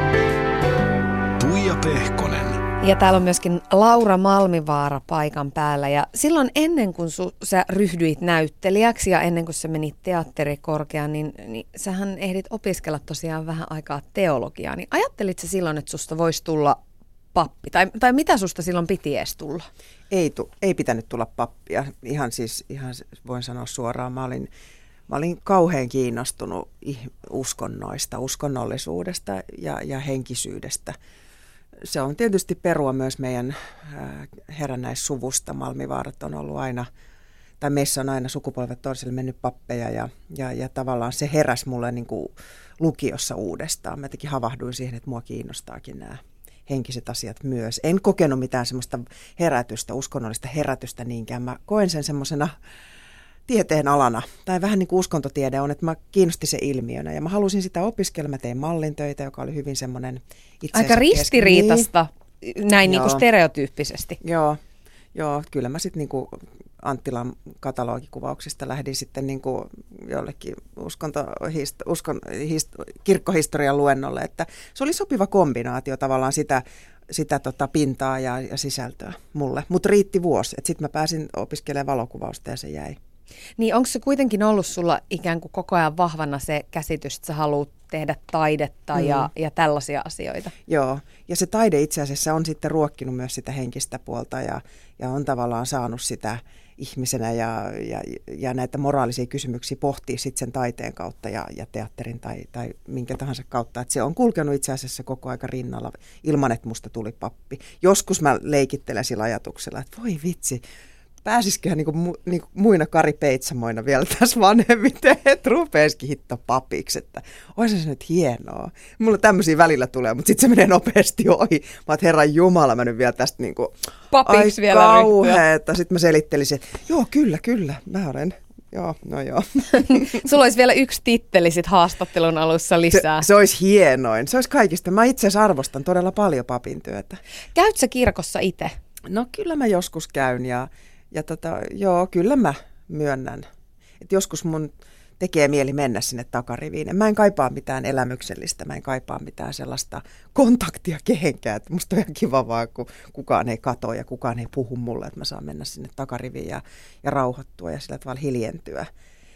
Speaker 1: Tuija Pehkonen.
Speaker 2: Ja täällä on myöskin Laura Malmivaara paikan päällä. Ja silloin ennen kuin sä ryhdyit näyttelijäksi ja ennen kuin sä menit teatterikorkeaan, niin sähän ehdit opiskella tosiaan vähän aikaa teologiaa. Niin ajattelit sä silloin, että susta voisi tulla pappi? Tai mitä susta silloin piti edes tulla?
Speaker 3: Ei pitänyt tulla pappia. Ihan voin sanoa suoraan. Mä olin kauhean kiinnostunut uskonnoista, uskonnollisuudesta ja henkisyydestä. Se on tietysti perua myös meidän herännäissuvusta. Malmivaarat on ollut aina, tai meissä on aina sukupolvet toiselle mennyt pappeja ja tavallaan se heräsi mulle niin kuin lukiossa uudestaan. Mä jotenkin havahduin siihen, että mua kiinnostaakin nämä henkiset asiat myös. En kokenut mitään semmoista herätystä, uskonnollista herätystä niinkään. Mä koen sen semmoisena tieteen alana, tai vähän niin kuin uskontotiede on, että mä kiinnostin se ilmiönä, ja mä halusin sitä opiskella. Mä tein mallintöitä, joka oli hyvin semmoinen
Speaker 2: aika ristiriitasta, näin niin kuin stereotyyppisesti.
Speaker 3: Joo, kyllä mä sitten niin kuin Anttilan katalogikuvauksista lähdin sitten niin kuin jollekin kirkkohistorian luennolle, että se oli sopiva kombinaatio tavallaan sitä pintaa ja sisältöä mulle, mutta riitti vuosi, että sitten mä pääsin opiskelemaan valokuvausta ja se jäi.
Speaker 2: Niin onko se kuitenkin ollut sulla ikään kuin koko ajan vahvana se käsitys, että sä haluat tehdä taidetta ja tällaisia asioita.
Speaker 3: Joo, ja se taide itse asiassa on sitten ruokkinut myös sitä henkistä puolta ja on tavallaan saanut sitä ihmisenä ja näitä moraalisia kysymyksiä pohtii sitten sen taiteen kautta ja teatterin tai minkä tahansa kautta. Että se on kulkenut itse asiassa koko aika rinnalla ilman, että musta tuli pappi. Joskus mä leikittelen sillä ajatuksella, että voi vitsi, pääsisiköhän niinku muina Kari Peitsamoina vielä tässä vanhemmiten, että rupeaisikin hitto papiksi, että olisi se nyt hienoa. Mulla tämmöisiä välillä tulee, mutta sitten se menee nopeasti ohi. Mä oon, herran jumala, mä nyt vielä tästä niinku,
Speaker 2: papiksi vielä
Speaker 3: kauheeta. Sitten mä selittelisin, että joo, kyllä, mä olen. Joo, no joo.
Speaker 2: Sulla olisi vielä yksi titteli sit haastattelun alussa lisää.
Speaker 3: Se olisi hienoin. Se olisi kaikista. Mä itse asiassa arvostan todella paljon papin työtä.
Speaker 2: Käytkö sä kirkossa itse?
Speaker 3: No kyllä mä joskus käyn ja joo, kyllä mä myönnän. Et joskus mun tekee mieli mennä sinne takariviin. Mä en kaipaa mitään elämyksellistä, mä en kaipaa mitään sellaista kontaktia kehenkään. Et musta on ihan kiva vaan, kun kukaan ei katso ja kukaan ei puhu mulle, että mä saan mennä sinne takariviin ja rauhoittua ja sillä tavalla hiljentyä.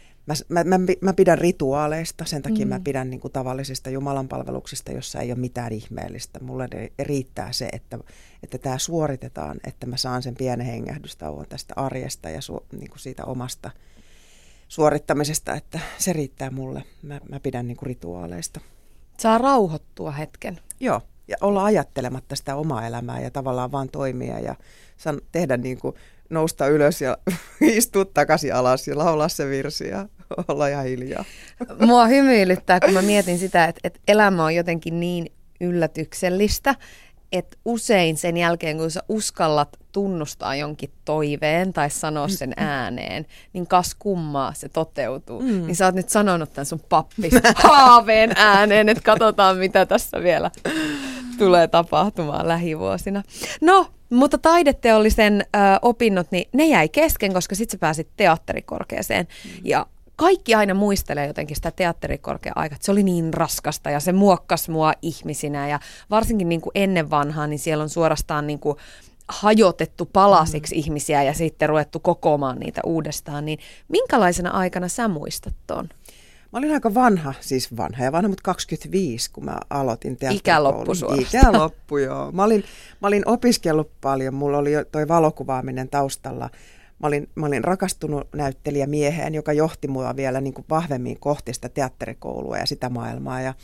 Speaker 3: Mä pidän rituaaleista, sen takia mä pidän niin kuin tavallisista jumalanpalveluksista, jossa ei ole mitään ihmeellistä. Mulle riittää se, että tämä suoritetaan, että mä saan sen pienen hengähdystauon tästä arjesta ja niin kuin siitä omasta suorittamisesta, että se riittää mulle. Mä pidän niin kuin rituaaleista.
Speaker 2: Saa rauhoittua hetken.
Speaker 3: Joo, ja olla ajattelematta sitä omaa elämää ja tavallaan vaan toimia ja tehdä niin kuin nousta ylös ja istua takaisin alas ja laulaa se virsi ja olla ihan hiljaa.
Speaker 2: Mua hymyilyttää, kun mä mietin sitä, että elämä on jotenkin niin yllätyksellistä, että usein sen jälkeen, kun sä uskallat tunnustaa jonkin toiveen tai sanoa sen ääneen, niin kas kummaa se toteutuu. Niin sä oot nyt sanonut tämän sun pappis haaveen ääneen, että katsotaan mitä tässä vielä tulee tapahtumaan lähivuosina. No, mutta taideteollisen opinnot, niin ne jäi kesken, koska sit sä pääsit teatterikorkeeseen. Ja kaikki aina muistelee jotenkin sitä teatterikorkea-aikaa, että se oli niin raskasta ja se muokkasi mua ihmisinä. Ja varsinkin niin kuin ennen vanhaa, niin siellä on suorastaan niin kuin hajotettu palasiksi ihmisiä ja sitten ruvettu kokoamaan niitä uudestaan. Niin minkälaisena aikana sä muistat ton?
Speaker 3: Mä olin aika vanha, mutta 25, kun mä aloitin teatterikoulun.
Speaker 2: Ikä loppu suorastaan.
Speaker 3: Ikä loppu, joo. Mä olin opiskellut paljon, mulla oli jo toi valokuvaaminen taustalla. Mä olin rakastunut näyttelijämieheen, joka johti mua vielä niin kuin vahvemmin kohti sitä teatterikoulua ja sitä maailmaa. Ja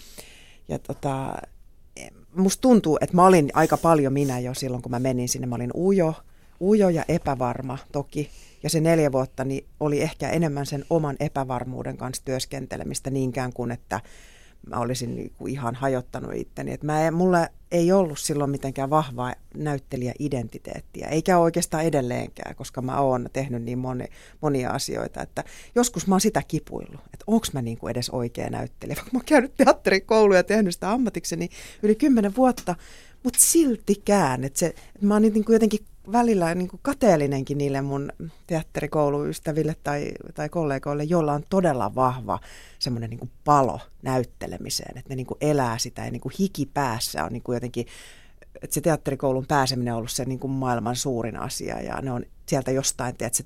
Speaker 3: musta tuntuu, että mä olin aika paljon minä jo silloin, kun mä menin sinne. Mä olin ujo ja epävarma toki. Ja se 4 vuotta niin oli ehkä enemmän sen oman epävarmuuden kanssa työskentelemistä niinkään kuin, että mä olisin niinku ihan hajottanut itteni. Että mulla ei ollut silloin mitenkään vahvaa näyttelijäidentiteettiä, eikä oikeastaan edelleenkään, koska mä oon tehnyt niin monia asioita. Että joskus mä oon sitä kipuillut, että onko mä niinku edes oikea näyttelijä. Vaikka mä oon käynyt teatterikouluja ja tehnyt sitä ammatikseni yli 10 vuotta, mutta siltikään. Että mä oon niinku jotenkin välillä niin kuin kateellinenkin niille mun teatterikouluystäville tai kollegoille, joilla on todella vahva semmoinen niin kuin palo näyttelemiseen, että ne niin kuin elää sitä ja niin kuin hiki päässä on niin kuin jotenkin, että se teatterikoulun pääseminen on ollut se niin kuin maailman suurin asia ja ne on sieltä jostain, se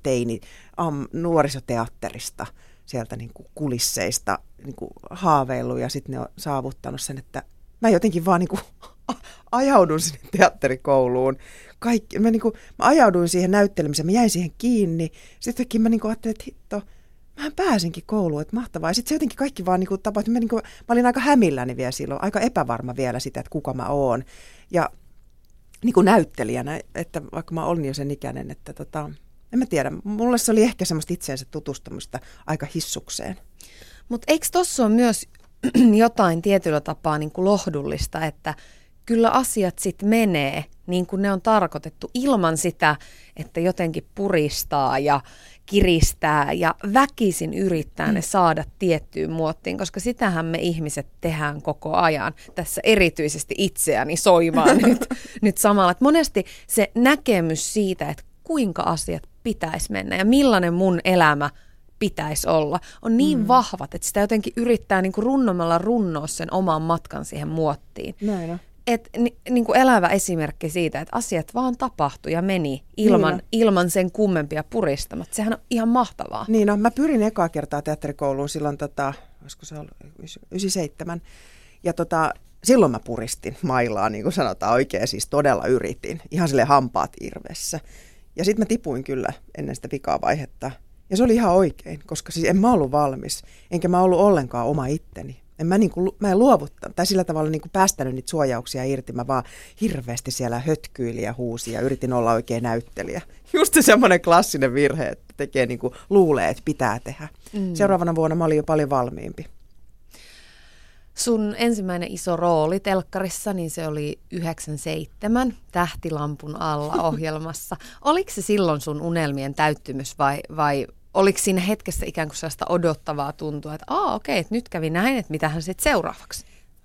Speaker 3: nuorisoteatterista, sieltä niin kuin kulisseista niin kuin haaveillut ja sitten ne on saavuttanut sen, että mä jotenkin vaan niin kuin ajaudun sinne teatterikouluun. Mä ajauduin siihen näyttelemiseen, mä jäin siihen kiinni. Sittenkin mä ajattelin, että hitto, mähän pääsinkin kouluun, että mahtavaa. Ja sitten se jotenkin kaikki vaan tapahtui. Mä olin aika hämilläni vielä silloin, aika epävarma vielä sitä, että kuka mä oon. Ja näyttelijänä, että vaikka mä olin jo sen ikäinen, että en mä tiedä, mulle se oli ehkä semmoista itseensä tutustumista aika hissukseen.
Speaker 2: Mutta eikö tossa ole myös jotain tietyllä tapaa niin kuin lohdullista, että kyllä asiat sitten menee niin kuin ne on tarkoitettu ilman sitä, että jotenkin puristaa ja kiristää ja väkisin yrittää ne saada tiettyyn muottiin, koska sitähän me ihmiset tehdään koko ajan. Tässä erityisesti itseäni soimaan nyt samalla. Et monesti se näkemys siitä, että kuinka asiat pitäisi mennä ja millainen mun elämä pitäisi olla, on niin vahvat, että sitä jotenkin yrittää niin kuin runnomalla runnoa sen oman matkan siihen muottiin.
Speaker 3: Näin on.
Speaker 2: Niin kuin elävä esimerkki siitä, että asiat vaan tapahtui ja meni ilman sen kummempia puristamat. Sehän on ihan mahtavaa.
Speaker 3: Niin, no, mä pyrin ekaa kertaa teatterikouluun silloin olisiko se ollut 97. Ja silloin mä puristin mailaa, niin kuin sanotaan oikein, siis todella yritin. Ihan silleen hampaat irvessä. Ja sitten mä tipuin kyllä ennen sitä vikavaihetta. Ja se oli ihan oikein, koska siis en mä ollut valmis, enkä mä ollut ollenkaan oma itteni. Mä en luovuttanut, tai sillä tavalla niin kuin päästänyt niitä suojauksia irti. Mä vaan hirveästi siellä hötkyilin ja huusin ja yritin olla oikein näyttelijä. Just semmoinen klassinen virhe, että tekee niin kuin luulee, että pitää tehdä. Seuraavana vuonna mä olin jo paljon valmiimpi.
Speaker 2: Sun ensimmäinen iso rooli telkkarissa, niin se oli 97 Tähtilampun alla -ohjelmassa. Oliko se silloin sun unelmien täyttymys vai oliko siinä hetkessä ikään kuin sellaista odottavaa tuntua, että okei, että nyt kävi näin, että mitähän sitten seuraavaksi?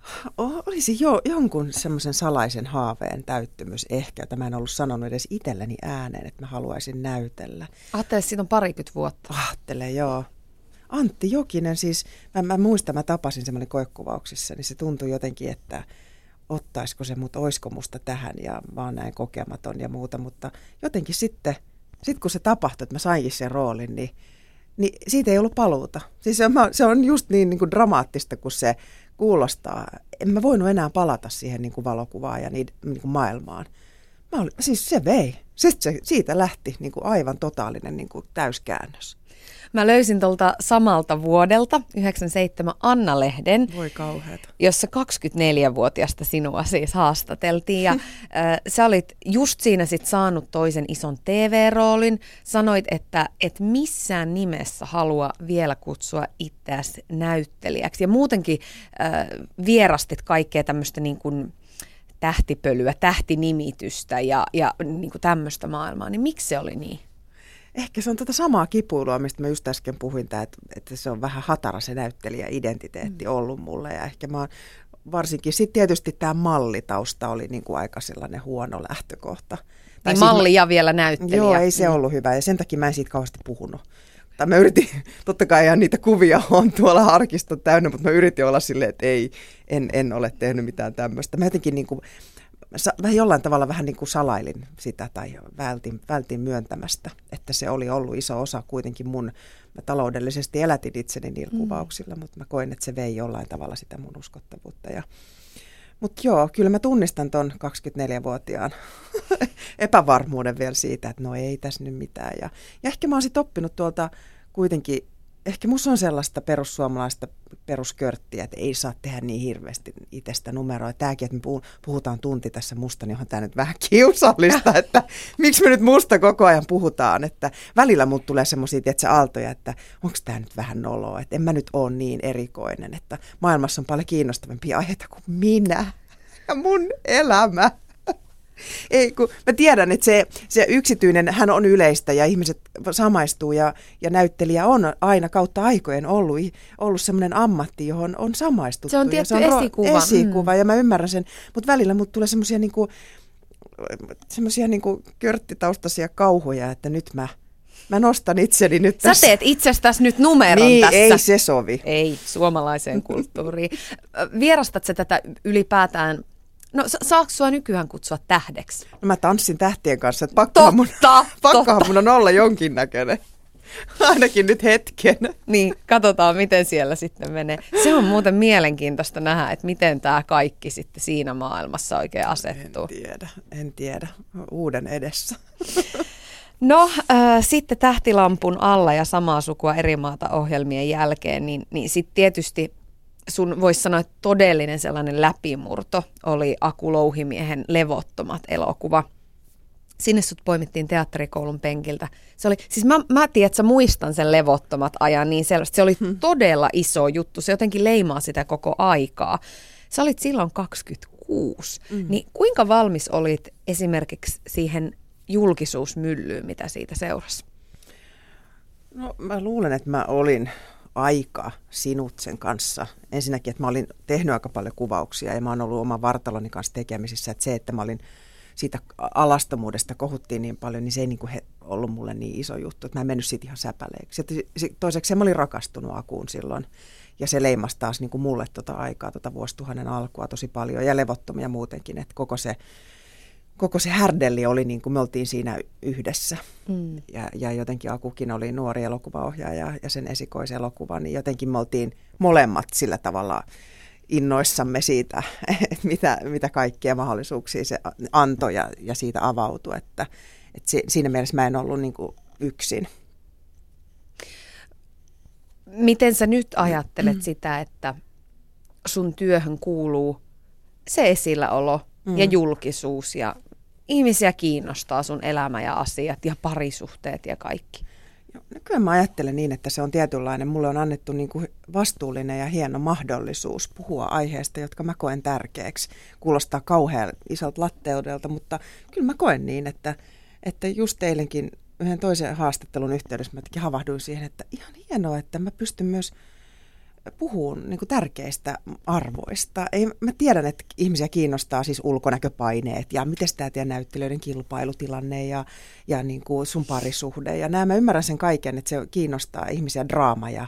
Speaker 3: Olisi jonkun semmoisen salaisen haaveen täyttymys ehkä, jota mä en ollut sanonut edes itselleni ääneen, että mä haluaisin näytellä.
Speaker 2: Ajattele, siitä on 20 vuotta.
Speaker 3: Ajattelen, joo. Antti Jokinen, siis mä muistan, mä tapasin semmoinen koekuvauksissa, niin se tuntui jotenkin, että ottaisiko se oisko musta tähän ja vaan näin kokematon ja muuta, mutta jotenkin sitten kun se tapahtui, että mä sainkin sen roolin, niin siitä ei ollut paluuta. Siis se on just niin kuin dramaattista, kun se kuulostaa. En mä voinut enää palata siihen niin kuin valokuvaan ja niin kuin maailmaan. Siis se vei. Siitä lähti niin kuin aivan totaalinen niin kuin täyskäännös.
Speaker 2: Mä löysin tuolta samalta vuodelta, 97 Anna-lehden,
Speaker 3: voi kauheata,
Speaker 2: jossa 24-vuotiasta sinua siis haastateltiin. Ja sä olit just siinä sit saanut toisen ison TV-roolin. Sanoit, että et missään nimessä halua vielä kutsua itseäsi näyttelijäksi. Ja muutenkin vierastit kaikkea tämmöistä niin kuin tähtipölyä, tähtinimitystä ja niin kuin tämmöistä maailmaa. Niin miksi se oli niin?
Speaker 3: Ehkä se on samaa kipuilua, mistä mä just äsken puhuin, että se on vähän hatara se näyttelijä-identiteetti ollut mulle. Ja ehkä mä oon varsinkin, sitten tietysti tämä mallitausta oli niin kuin aika sellainen huono lähtökohta.
Speaker 2: Niin malli ja vielä näyttelijä.
Speaker 3: Joo, ei se ollut hyvä ja sen takia mä en siitä kauheasti puhunut. Tai mä yritin, totta kai ihan niitä kuvia on tuolla arkiston täynnä, mutta mä yritin olla silleen, että en ole tehnyt mitään tämmöistä. Mä jotenkin niin kuin jollain tavalla vähän niin kuin salailin sitä tai vältin myöntämästä, että se oli ollut iso osa kuitenkin mä taloudellisesti elätin itseni niillä kuvauksilla, mutta mä koin, että se vei jollain tavalla sitä mun uskottavuutta. Mutta joo, kyllä mä tunnistan ton 24-vuotiaan epävarmuuden vielä siitä, että no ei tässä nyt mitään. Ja ehkä mä oon sit oppinut tuolta kuitenkin, ehkä musta on sellaista perussuomalaista peruskörttiä, että ei saa tehdä niin hirveästi itsestä numeroa. Tämäkin, että me puhutaan tunti tässä musta, niin onhan tämä nyt vähän kiusallista, että miksi me nyt musta koko ajan puhutaan. Että välillä mut tulee semmoisia aaltoja, että onko tämä nyt vähän noloa, että en mä nyt ole niin erikoinen, että maailmassa on paljon kiinnostavampia aiheita kuin minä ja mun elämä. Ei, kun mä tiedän, että se yksityinen, hän on yleistä ja ihmiset samaistuu ja näyttelijä on aina kautta aikojen ollut semmoinen ammatti, johon on samaistuttu.
Speaker 2: Se on tietty
Speaker 3: esikuva ja mä ymmärrän sen, mutta välillä mut tulee semmoisia niinku körttitaustaisia kauhuja, että nyt mä nostan itseni nyt tässä.
Speaker 2: Sä teet itsestäsi nyt numeron
Speaker 3: niin,
Speaker 2: tässä.
Speaker 3: Ei se sovi.
Speaker 2: Ei, suomalaiseen kulttuuriin. Vierastat sä tätä ylipäätään? No saako sua nykyään kutsua tähdeksi?
Speaker 3: No mä tanssin tähtien kanssa, että pakkohan mun on olla jonkinnäköinen. Ainakin nyt hetken.
Speaker 2: Niin, katsotaan miten siellä sitten menee. Se on muuten mielenkiintoista nähdä, että miten tämä kaikki sitten siinä maailmassa oikein asettuu.
Speaker 3: En tiedä. Uuden edessä.
Speaker 2: No sitten Tähtilampun alla ja Samaa sukua eri maata -ohjelmien jälkeen, niin sitten tietysti sun voisi sanoa, että todellinen sellainen läpimurto oli Aku Louhimiehen Levottomat -elokuva. Sinne sut poimittiin teatterikoulun penkiltä. Se oli, siis mä tiedän, että sä muistan sen Levottomat -ajan niin selvästi. Se oli todella iso juttu. Se jotenkin leimaa sitä koko aikaa. Sä olit silloin 26. Niin kuinka valmis olit esimerkiksi siihen julkisuusmyllyyn, mitä siitä seurasi?
Speaker 3: No mä luulen, että mä olin aika sinut sen kanssa. Ensinnäkin, että mä olin tehnyt aika paljon kuvauksia ja mä oon ollut oman vartaloni kanssa tekemisissä. Että se, että mä olin siitä alastomuudesta kohuttiin niin paljon, niin se ei niin kuin ollut mulle niin iso juttu. Että mä en mennyt siitä ihan säpäleeksi. Toiseksi mä olin rakastunut Akuun silloin ja se leimasi taas niin kuin mulle aikaa, vuosituhannen alkua tosi paljon ja Levottomia muutenkin. Että koko se koko se härdelli oli niin kuin me oltiin siinä yhdessä. Ja jotenkin Akukin oli nuori elokuvaohjaaja ja sen esikoiselokuva, niin jotenkin me oltiin molemmat sillä tavalla innoissamme siitä, että mitä kaikkia mahdollisuuksia se antoi ja siitä avautui. Että siinä mielessä mä en ollut niin kuin yksin.
Speaker 2: Miten sä nyt ajattelet sitä, että sun työhön kuuluu se esilläolo ja julkisuus ja ihmisiä kiinnostaa sun elämä ja asiat ja parisuhteet ja kaikki?
Speaker 3: Kyllä mä ajattelen niin, että se on tietynlainen. Mulle on annettu niin kuin vastuullinen ja hieno mahdollisuus puhua aiheesta, jotka mä koen tärkeäksi. Kuulostaa kauhean isolta latteudelta, mutta kyllä mä koen niin, että just eilenkin yhden toisen haastattelun yhteydessä mä havahduin siihen, että ihan hienoa, että mä pystyn myös puhumaan niin kuin tärkeistä arvoista. Mä tiedän, että ihmisiä kiinnostaa siis ulkonäköpaineet ja miten tämä teidän näyttelijöiden kilpailutilanne ja niin kuin sun parisuhde. Ja mä ymmärrän sen kaiken, että se kiinnostaa ihmisiä, draama ja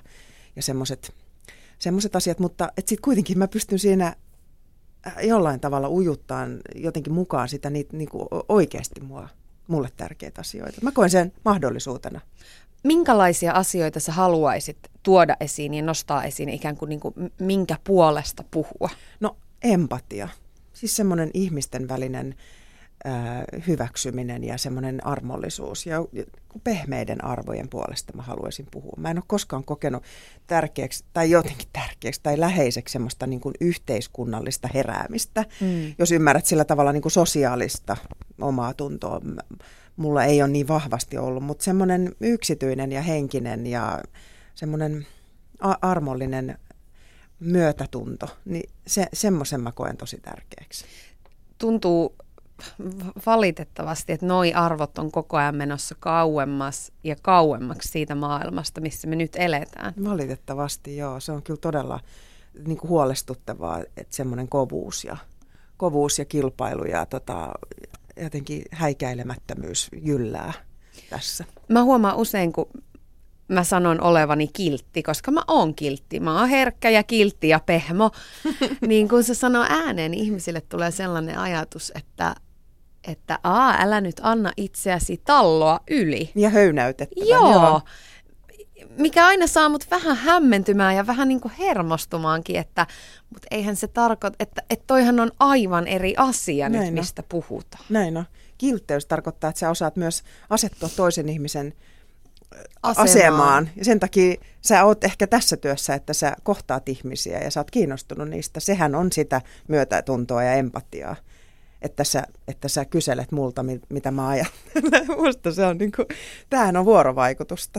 Speaker 3: semmoiset asiat, mutta sitten kuitenkin mä pystyn siinä jollain tavalla ujuttaan jotenkin mukaan sitä niin kuin oikeasti mulle tärkeitä asioita. Mä koen sen mahdollisuutena.
Speaker 2: Minkälaisia asioita sä haluaisit tuoda esiin ja nostaa esiin ikään kuin, minkä puolesta puhua?
Speaker 3: No empatia. Siis semmoinen ihmisten välinen hyväksyminen ja semmoinen armollisuus ja pehmeiden arvojen puolesta mä haluaisin puhua. Mä en ole koskaan kokenut tärkeäksi tai jotenkin tärkeäksi tai läheiseksi semmoista niin kuin yhteiskunnallista heräämistä, jos ymmärrät sillä tavalla niin kuin sosiaalista omaa tuntoa. Mulla ei ole niin vahvasti ollut, mutta semmoinen yksityinen ja henkinen ja semmoinen armollinen myötätunto, niin semmoisen mä koen tosi tärkeäksi.
Speaker 2: Tuntuu valitettavasti, että noi arvot on koko ajan menossa kauemmas ja kauemmaksi siitä maailmasta, missä me nyt eletään.
Speaker 3: Valitettavasti, joo. Se on kyllä todella niin kuin huolestuttavaa, että semmoinen kovuus ja kilpailu ja jotenkin häikäilemättömyys jyllää tässä.
Speaker 2: Mä huomaan usein, kun mä sanon olevani kiltti, koska mä oon kiltti. Mä oon herkkä ja kiltti ja pehmo. Niin kun se sanoo ääneen, niin ihmisille tulee sellainen ajatus, että älä nyt anna itseäsi talloa yli.
Speaker 3: Ja höynäytettävän.
Speaker 2: Joo. Mikä aina saa mut vähän hämmentymään ja vähän niin kuin hermostumaankin, mutta eihän se tarkoita, että toihan on aivan eri asia nyt, mistä puhutaan.
Speaker 3: Näin on. Kiltteys tarkoittaa, että sä osaat myös asettua toisen ihmisen asemaan. Ja sen takia sä oot ehkä tässä työssä, että sä kohtaat ihmisiä ja sä oot kiinnostunut niistä. Sehän on sitä myötätuntoa ja empatiaa, että sä kyselet multa, mitä mä ajattelen. Musta se on tämähän on vuorovaikutusta.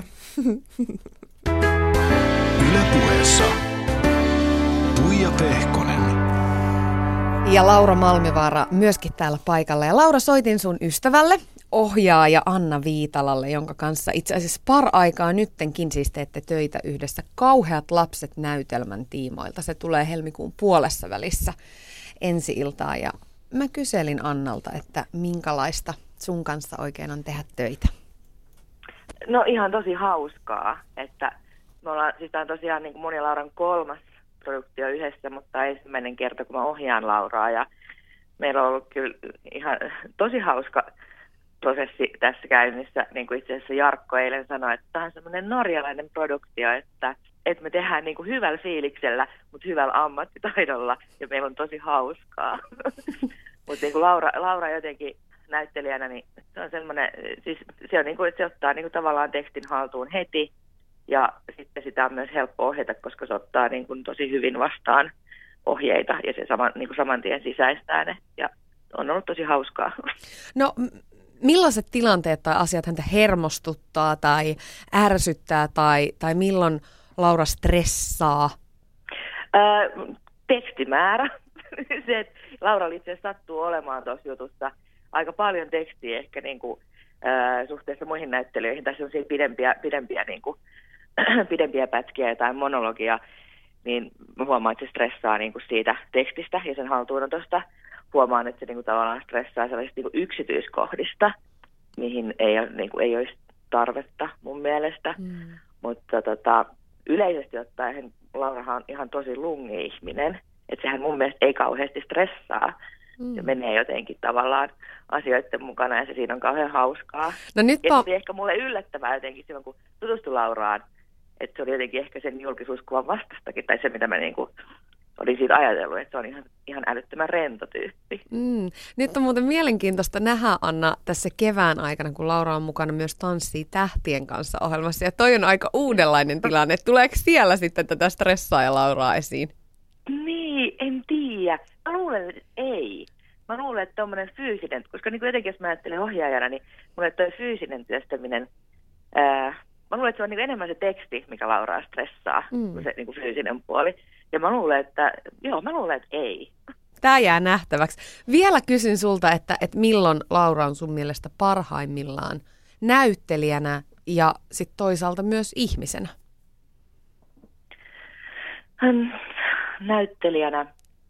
Speaker 1: Yle Puheessa Tuija Pehkonen.
Speaker 2: Ja Laura Malmivaara myöskin täällä paikalla. Ja Laura, soitin sun ystävälle, ohjaaja Anna Viitalalle, jonka kanssa itse asiassa par-aikaa nyttenkin siis teette töitä yhdessä Kauheat lapset -näytelmän tiimoilta. Se tulee helmikuun puolessa välissä ensi-iltaan ja mä kyselin Annalta, että minkälaista sun kanssa oikein on tehdä töitä?
Speaker 5: No ihan tosi hauskaa, että me ollaan, siis tämä on tosiaan niin kuin mun ja Lauran 3. produktio yhdessä, mutta ensimmäinen kerta, kun mä ohjaan Lauraa ja meillä on ollut kyllä ihan tosi hauska prosessi tässä käynnissä, niin kuin itse asiassa Jarkko eilen sanoi, että tämä on semmoinen norjalainen produktio, että me tehdään niin kuin hyvällä fiiliksellä, mutta hyvällä ammattitaidolla ja meillä on tosi hauskaa. Mutta niin kuin Laura jotenkin näyttelijänä, niin se on semmoinen, siis se on niin kuin, että se ottaa niin kuin tavallaan tekstin haltuun heti ja sitten sitä on myös helppo ohjata, koska se ottaa niin kuin tosi hyvin vastaan ohjeita ja se niin kuin saman tien sisäistää ne ja on ollut tosi hauskaa.
Speaker 2: No millaiset tilanteet tai asiat häntä hermostuttaa tai ärsyttää tai milloin Laura stressaa?
Speaker 5: Tekstimäärä. Se, että Laura itse asiassa sattuu olemaan tuossa jutussa aika paljon tekstiä ehkä niin kuin, suhteessa muihin näyttelijöihin. Tässä on pidempiä, niin kuin, pidempiä pätkiä tai monologia, niin mä huomaan, että se stressaa niin kuin siitä tekstistä ja sen haltuunotosta. Huomaan, että se niin kuin, tavallaan stressaa sellaisista niin kuin yksityiskohdista, mihin ei olisi tarvetta mun mielestä. Mutta yleisesti ottaen Laurahan on ihan tosi lungi-ihminen, että sehän mun mielestä ei kauheasti stressaa. Se menee jotenkin tavallaan asioiden mukana ja se siinä on kauhean hauskaa.
Speaker 2: No nyt
Speaker 5: ja se oli ehkä mulle yllättävää jotenkin silloin, kun tutustui Lauraan, että se oli jotenkin ehkä sen julkisuuskuvan vastastakin, tai se mitä mä niinku olin siitä ajatellut, että se on ihan älyttömän rento tyyppi.
Speaker 2: Nyt on muuten mielenkiintoista nähdä, Anna, tässä kevään aikana, kun Laura on mukana myös Tanssii tähtien kanssa -ohjelmassa. Ja toi on aika uudenlainen tilanne. Tuleeko siellä sitten tätä stressaa ja Lauraa esiin?
Speaker 5: Niin, en tiedä. Mä luulen, että ei. Mä luulen, että tommoinen fyysinen, koska niin kuin jotenkin jos mä ajattelen ohjaajana, niin mulle toi fyysinen työstäminen, mä luulen, että se on niin enemmän se teksti, mikä Lauraa stressaa, kuin se niin kuin fyysinen puoli. Ja mä luulen, että ei.
Speaker 2: Tämä jää nähtäväksi. Vielä kysyn sulta, että milloin Laura on sun mielestä parhaimmillaan näyttelijänä ja sitten toisaalta myös ihmisenä?
Speaker 5: Näyttelijänä.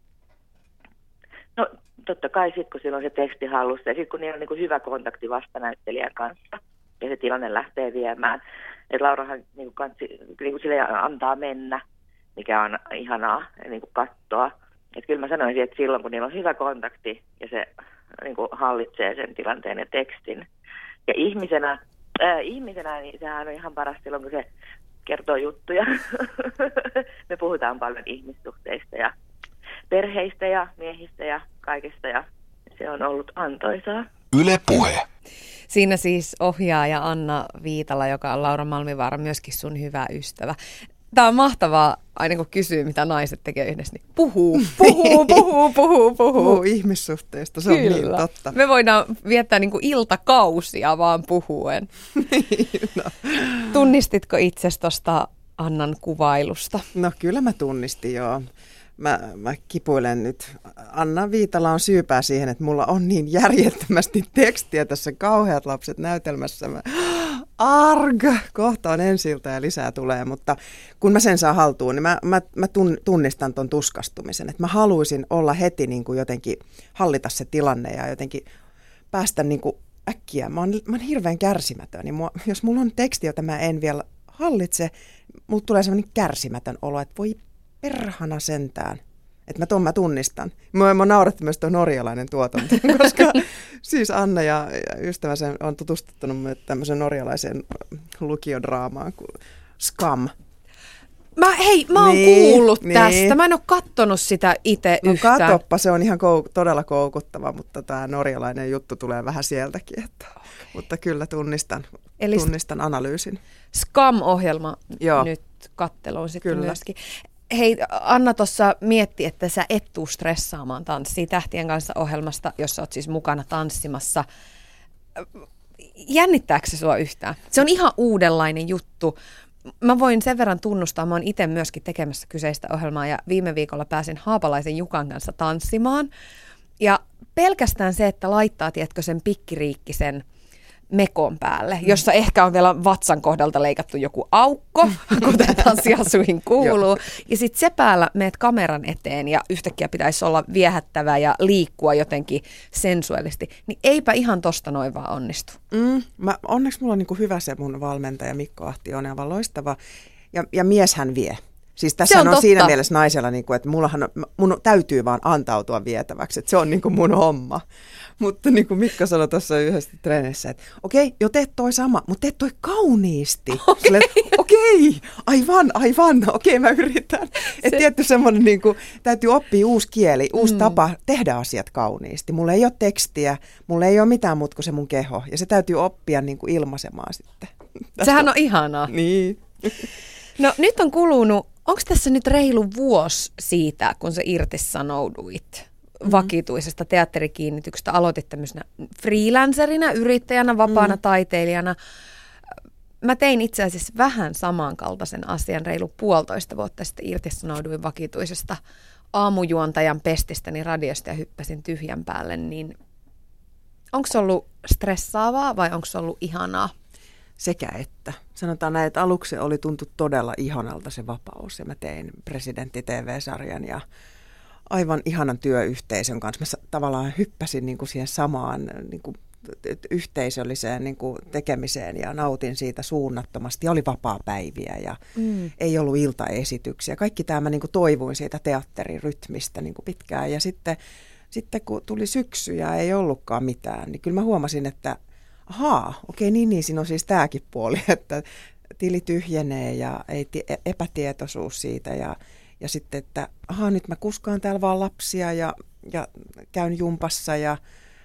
Speaker 5: No totta kai sitten, kun sillä on se teksti hallussa ja sitten kun niillä on niin kuin hyvä kontakti vastanäyttelijän kanssa ja se tilanne lähtee viemään. Että Laurahan niin kuin sille antaa mennä, mikä on ihanaa niin kuin katsoa. Että kyllä mä sanoisin, että silloin kun niillä on hyvä kontakti ja se niin kuin hallitsee sen tilanteen ja tekstin. Ja ihmisenä niin sehän on ihan paras silloin, kun se kertoo juttuja. Me puhutaan paljon ihmissuhteista ja perheistä ja miehistä ja kaikesta ja se on ollut antoisaa.
Speaker 1: Yle Puhe.
Speaker 2: Siinä siis ohjaaja Anna Viitala, joka on Laura Malmivaara, myöskin sun hyvä ystävä. Tämä on mahtavaa, aina kun kysyy, mitä naiset tekee yhdessä, niin puhuu.
Speaker 3: Puhuu ihmissuhteista, se on niin totta.
Speaker 2: Me voidaan viettää niin kuin iltakausia vaan puhuen.
Speaker 3: No.
Speaker 2: Tunnistitko itses tuosta Annan kuvailusta?
Speaker 3: No kyllä mä tunnistin, joo. Mä kipuilen nyt. Anna Viitala on syypää siihen, että mulla on niin järjettömästi tekstiä tässä Kauheat lapset -näytelmässä. Kohta on ensi-ilta ja lisää tulee, mutta kun mä sen saan haltuun, niin mä tunnistan ton tuskastumisen. Että mä haluaisin olla heti niin kuin jotenkin hallita se tilanne ja jotenkin päästä niin kuin äkkiä. Mä oon hirveän kärsimätön, niin jos mulla on teksti, jota mä en vielä hallitse, mulla tulee sellainen kärsimätön olo, että voi perhana sentään. Että mä tunnistan. Mä nauratti myös tuo norjalainen tuotanto, koska siis Anna ja ystävänsä on tutustuttanut myös tämmöisen norjalaiseen lukiodraamaan kuin Skam.
Speaker 2: Mä oon kuullut tästä. Mä en ole kattonut sitä itse yhtään.
Speaker 3: No katoppa, se on ihan todella koukuttava, mutta tämä norjalainen juttu tulee vähän sieltäkin. Mutta kyllä tunnistan analyysin.
Speaker 2: Skam-ohjelma nyt katteluun sitten myöskin. Hei, Anna tuossa mietti, että sä et tuu stressaamaan Tanssii tähtien kanssa -ohjelmasta, jossa oot siis mukana tanssimassa. Jännittääkö se sua yhtään? Se on ihan uudenlainen juttu. Mä voin sen verran tunnustaa, mä oon itse myöskin tekemässä kyseistä ohjelmaa ja viime viikolla pääsin Haapalaisen Jukan kanssa tanssimaan. Ja pelkästään se, että laittaa, tiedätkö, sen pikkiriikkisen mekon päälle, jossa ehkä on vielä vatsan kohdalta leikattu joku aukko, kuten tanssiasuihin kuuluu. Ja sitten se päällä meet kameran eteen ja yhtäkkiä pitäisi olla viehättävä ja liikkua jotenkin sensuellisesti. Niin eipä ihan tosta noin vaan onnistu.
Speaker 3: Onneksi mulla on niin kuin hyvä se mun valmentaja Mikko Ahti, on aivan loistava. Ja mies hän vie. Siis tässä on siinä mielessä naisella, niin kuin, että mun täytyy vaan antautua vietäväksi, että se on niin kuin mun homma. Mutta niin kuin Mikko sanoi tuossa yhdessä treenissä, että okei, jo teet toi sama, mutta teet toi kauniisti. Okei, aivan, okei mä yritän. Että tietty semmoinen, niin kuin, täytyy oppia uusi kieli, uusi tapa tehdä asiat kauniisti. Mulla ei ole tekstiä, mulla ei ole mitään muuta kuin se mun keho. Ja se täytyy oppia niin kuin ilmaisemaan sitten.
Speaker 2: Sehän on ihanaa.
Speaker 3: Niin.
Speaker 2: No nyt on kulunut, onko tässä nyt reilu vuosi siitä, kun sä irtisanouduit vakituisesta teatterikiinnityksestä, aloitit tämmöisenä freelancerina, yrittäjänä, vapaana taiteilijana. Mä tein itse asiassa vähän samankaltaisen asian reilu 1,5 vuotta sitten, irtisanouduin vakituisesta aamujuontajan pestistäni radiosta ja hyppäsin tyhjän päälle, niin onko se ollut stressaavaa vai onko se ollut ihanaa?
Speaker 3: Sekä että. Sanotaan näin, että aluksi oli tuntu todella ihanalta se vapaus ja mä tein Presidentti TV-sarjan ja aivan ihanan työyhteisön kanssa. Mä tavallaan hyppäsin niin kuin siihen samaan niin kuin yhteisölliseen niin kuin tekemiseen ja nautin siitä suunnattomasti. Ja oli vapaapäiviä ja ei ollut iltaesityksiä. Kaikki tämä mä niin kuin toivuin siitä teatterirytmistä niin kuin pitkään ja sitten sitten kun tuli syksy ja ei ollutkaan mitään, niin kyllä mä huomasin, että niin, siinä on siis tämäkin puoli, että tili tyhjenee ja epätietoisuus siitä ja sitten, että nyt mä kuskaan täällä vaan lapsia ja käyn jumpassa ja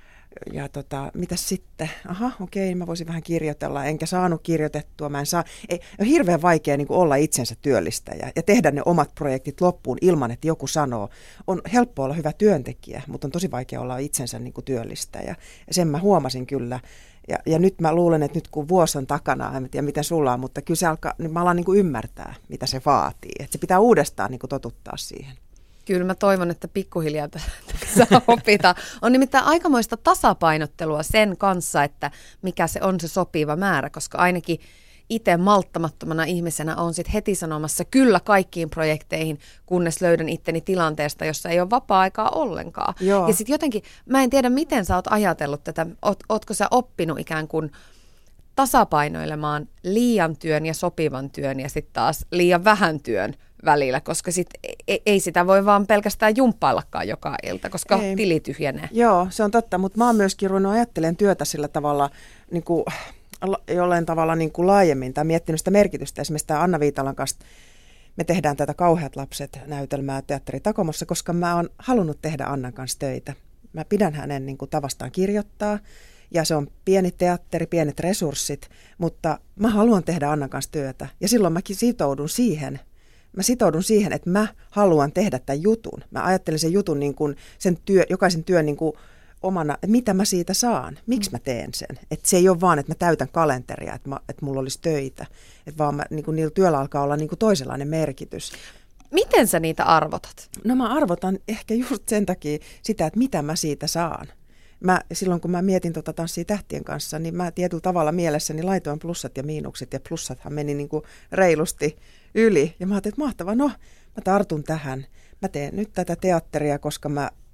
Speaker 3: mitäs sitten? Mä voisin vähän kirjoitella, enkä saanut kirjoitettua. On hirveän vaikea niin kuin olla itsensä työllistäjä ja tehdä ne omat projektit loppuun ilman, että joku sanoo. On helppo olla hyvä työntekijä, mutta on tosi vaikea olla itsensä niin kuin työllistäjä. Ja sen mä huomasin kyllä. Ja nyt mä luulen, että nyt kun vuosi on takana, en tiedä miten sulla on, mutta kyllä nyt mä alan niin kuin ymmärtää, mitä se vaatii. Että se pitää uudestaan niin kuin totuttaa siihen.
Speaker 2: Kyllä mä toivon, että pikkuhiljaa saa opita. On nimittäin aikamoista tasapainottelua sen kanssa, että mikä se on se sopiva määrä, koska ainakin itse malttamattomana ihmisenä on sit heti sanomassa kyllä kaikkiin projekteihin, kunnes löydän itteni tilanteesta, jossa ei ole vapaa-aikaa ollenkaan.
Speaker 3: Joo.
Speaker 2: Ja sitten jotenkin, mä en tiedä miten sä oot ajatellut tätä, ootko sä oppinut ikään kuin tasapainoilemaan liian työn ja sopivan työn ja sitten taas liian vähän työn välillä, koska ei sitä voi vaan pelkästään jumppaillakaan joka ilta, koska tili tyhjenee.
Speaker 3: Joo, se on totta, mutta mä oon myöskin ruvennut ajattelemaan työtä sillä tavalla, niin kuin, jollain tavalla niin kuin laajemmin, tai miettinyt sitä merkitystä. Esimerkiksi tämä Anna Viitalan kanssa me tehdään tätä Kauheat lapset -näytelmää Teatteri Takomossa, koska mä oon halunnut tehdä Annan kanssa töitä. Mä pidän hänen niin kuin tavastaan kirjoittaa, ja se on pieni teatteri, pienet resurssit, mutta mä haluan tehdä Annan kanssa työtä, ja silloin mäkin sitoudun siihen. Mä sitoudun siihen, että mä haluan tehdä tämän jutun. Mä ajattelen sen jutun, niin kuin jokaisen työn niin kuin omana, että mitä mä siitä saan, miksi mä teen sen. Että se ei ole vaan, että mä täytän kalenteria, että mulla olisi töitä, että vaan niin kuin niillä työllä alkaa olla niin kuin toisenlainen merkitys.
Speaker 2: Miten sä niitä arvotat?
Speaker 3: No mä arvotan ehkä just sen takia sitä, että mitä mä siitä saan. Silloin kun mä mietin Tanssia tähtien kanssa, niin mä tietyllä tavalla mielessäni laitoin plussat ja miinukset, ja plussathan meni niin kuin reilusti yli. Ja mä ajattelin, että mahtavaa, mä tartun tähän. Mä teen nyt tätä teatteria, koska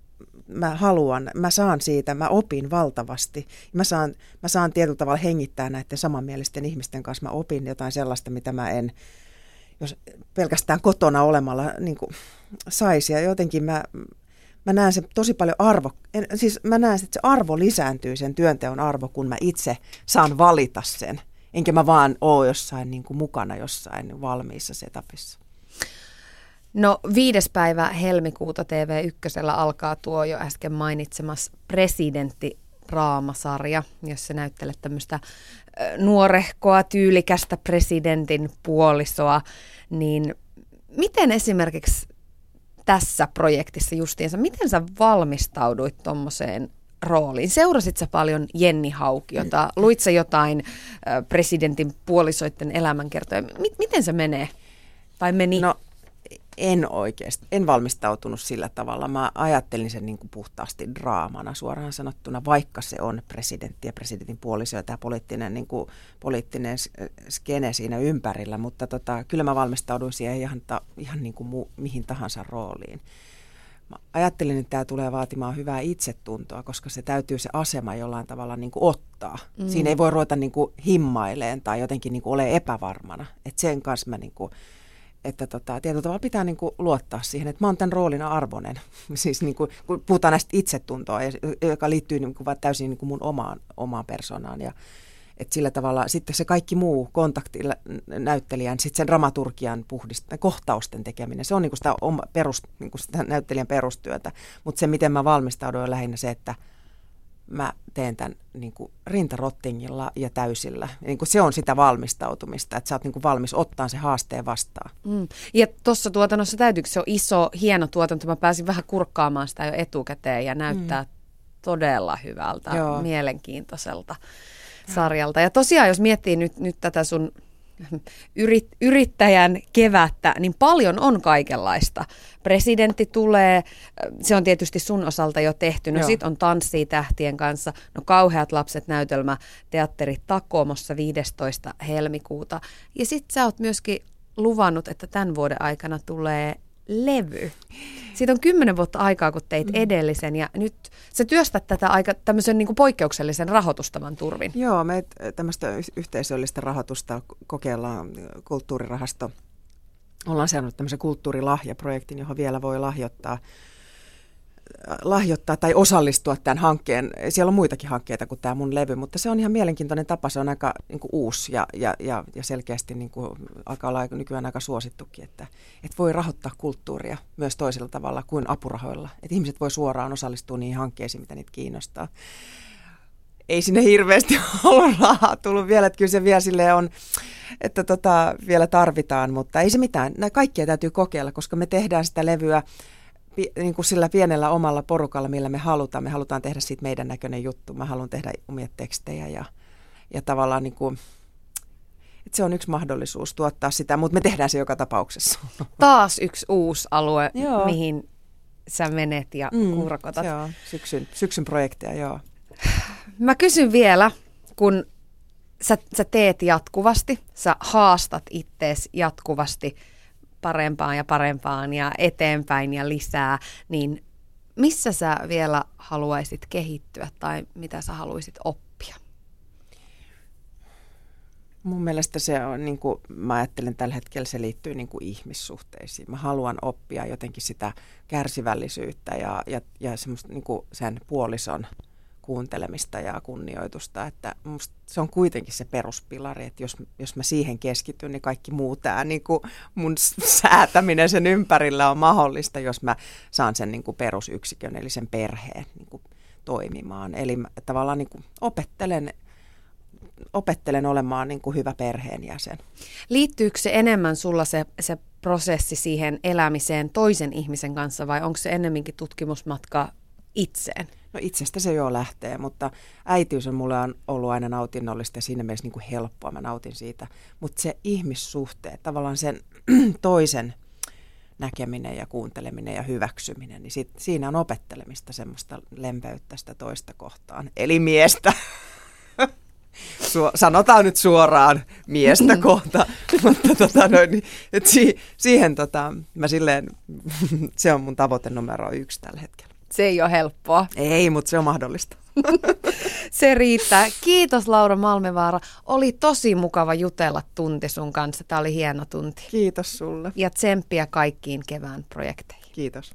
Speaker 3: mä haluan, mä saan siitä, mä opin valtavasti. Mä saan tietyllä tavalla hengittää näiden samanmielisten ihmisten kanssa. Mä opin jotain sellaista, mitä mä en, jos pelkästään kotona olemalla niin kuin saisi. Ja jotenkin mä näen sen tosi paljon mä näen, että se arvo lisääntyy, sen työnteon arvo, kun mä itse saan valita sen. Enkä mä vaan ole jossain niin kuin mukana jossain valmiissa setupissa.
Speaker 2: No 5. päivä helmikuuta TV1 alkaa tuo jo äsken mainitsemas Presidentti-draamasarja, jossa näyttelet tämmöistä nuorehkoa, tyylikästä presidentin puolisoa. Niin miten esimerkiksi tässä projektissa justiinsa, miten sä valmistauduit tommoseen rooliin? Seurasit sä paljon Jenni Haukiota? Luit sä jotain presidentin puolisoiden elämänkertoja? Miten se menee? Tai meni?
Speaker 3: No en oikeasti. En valmistautunut sillä tavalla. Mä ajattelin sen niin kuin puhtaasti draamana suoraan sanottuna, vaikka se on presidentti ja presidentin puoliso ja tämä poliittinen skene siinä ympärillä. Mutta kyllä mä valmistauduin siihen ihan niin kuin mihin tahansa rooliin. Mä ajattelin, että tämä tulee vaatimaan hyvää itsetuntoa, koska se täytyy se asema jollain tavalla niin kuin ottaa. Siinä ei voi ruveta niin kuin himmaileen tai jotenkin niin kuin ole epävarmana. Et sen kanssa mä että tietyllä tavalla pitää niin kuin luottaa siihen, että mä oon tämän roolin arvoinen. Siis niin kuin, kun puhutaan näistä itsetuntoa, joka liittyy niin kuin täysin niin kuin mun omaan persoonaan. Ja että sillä tavalla sitten se kaikki muu kontakti näyttelijän, sitten sen dramaturgian kohtausten tekeminen, se on niin kuin sitä näyttelijän perustyötä. Mutta se, miten mä valmistaudun, on lähinnä se, että mä teen tämän niin kuin rintarottingilla ja täysillä. Niin kuin se on sitä valmistautumista, että sä oot niin kuin valmis ottaa se haasteen vastaan.
Speaker 2: Ja tuossa tuotannossa täytyykö se on iso, hieno tuotanto. Mä pääsin vähän kurkkaamaan sitä jo etukäteen ja näyttää todella hyvältä, mielenkiintoiselta sarjalta. Ja tosiaan, jos miettii nyt tätä sun yrittäjän kevättä, niin paljon on kaikenlaista. Presidentti tulee, se on tietysti sun osalta jo tehty. No sit on Tanssia tähtien kanssa, no Kauheat lapset -näytelmä Teatteri Takomossa 15. helmikuuta. Ja sit sä oot myöskin luvannut, että tämän vuoden aikana tulee levy. Siitä on 10 vuotta aikaa, kun teit edellisen, ja nyt sä työstät tätä aika tämmöisen niin kuin poikkeuksellisen rahoitustavan turvin.
Speaker 3: Joo, me tämmöistä yhteisöllistä rahoitusta kokeillaan, Kulttuurirahasto. Ollaan saanut tämmöisen kulttuurilahjaprojektin, johon vielä voi lahjoittaa lahjoittaa tai osallistua tämän hankkeen. Siellä on muitakin hankkeita kuin tämä mun levy, mutta se on ihan mielenkiintoinen tapa. Se on aika niin kuin uusi ja selkeästi niin kuin, alkaa olla nykyään aika suosittukin, että voi rahoittaa kulttuuria myös toisella tavalla kuin apurahoilla. Että ihmiset voi suoraan osallistua niihin hankkeisiin, mitä niitä kiinnostaa. Ei sinne hirveästi ole rahaa tullut vielä, että kyllä se vielä silleen on, että vielä tarvitaan, mutta ei se mitään. Kaikkea täytyy kokeilla, koska me tehdään sitä levyä niin kuin sillä pienellä omalla porukalla, millä me halutaan. Me halutaan tehdä siitä meidän näköinen juttu. Mä haluan tehdä omia tekstejä ja tavallaan niin kuin, että se on yksi mahdollisuus tuottaa sitä, mutta me tehdään se joka tapauksessa.
Speaker 2: Taas yksi uusi alue, mihin sä menet ja kurkotat.
Speaker 3: Joo, syksyn projekteja, joo.
Speaker 2: Mä kysyn vielä, kun sä teet jatkuvasti, sä haastat ittees jatkuvasti parempaan ja eteenpäin ja lisää, niin missä sä vielä haluaisit kehittyä tai mitä sä haluaisit oppia?
Speaker 3: Mun mielestä se on, niin kuin mä ajattelen tällä hetkellä, se liittyy niin kuin ihmissuhteisiin. Mä haluan oppia jotenkin sitä kärsivällisyyttä ja semmoista niin kuin sen puolison kuuntelemista ja kunnioitusta, että musta se on kuitenkin se peruspilari, että jos mä siihen keskityn, niin kaikki muu tämä niin kuin mun säätäminen sen ympärillä on mahdollista, jos mä saan sen niin kuin perusyksikön, eli sen perheen niin kuin toimimaan. Eli mä tavallaan niin kuin opettelen olemaan niin kuin hyvä perheenjäsen.
Speaker 2: Liittyykö se enemmän sulla se prosessi siihen elämiseen toisen ihmisen kanssa vai onko se ennemminkin tutkimusmatka itseen?
Speaker 3: No itsestä se jo lähtee, mutta äitiys on mulle on ollut aina nautinnollista ja siinä mielessä niin kuin helppoa, mä nautin siitä. Mutta se ihmissuhteet, tavallaan sen toisen näkeminen ja kuunteleminen ja hyväksyminen, niin siinä on opettelemista semmoista lempeyttä sitä toista kohtaan, eli miestä. Sanotaan nyt suoraan miestä kohta, mutta siihen mä silleen, se on mun tavoite numero 1 tällä hetkellä.
Speaker 2: Se ei ole helppoa.
Speaker 3: Ei, mutta se on mahdollista.
Speaker 2: Se riittää. Kiitos Laura Malmivaara. Oli tosi mukava jutella tunti sun kanssa. Tämä oli hieno tunti.
Speaker 3: Kiitos sulle.
Speaker 2: Ja tsemppiä kaikkiin kevään projekteihin.
Speaker 3: Kiitos.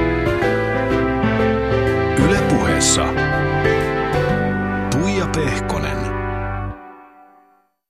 Speaker 1: Yle Puheessa Tuija Pehkonen.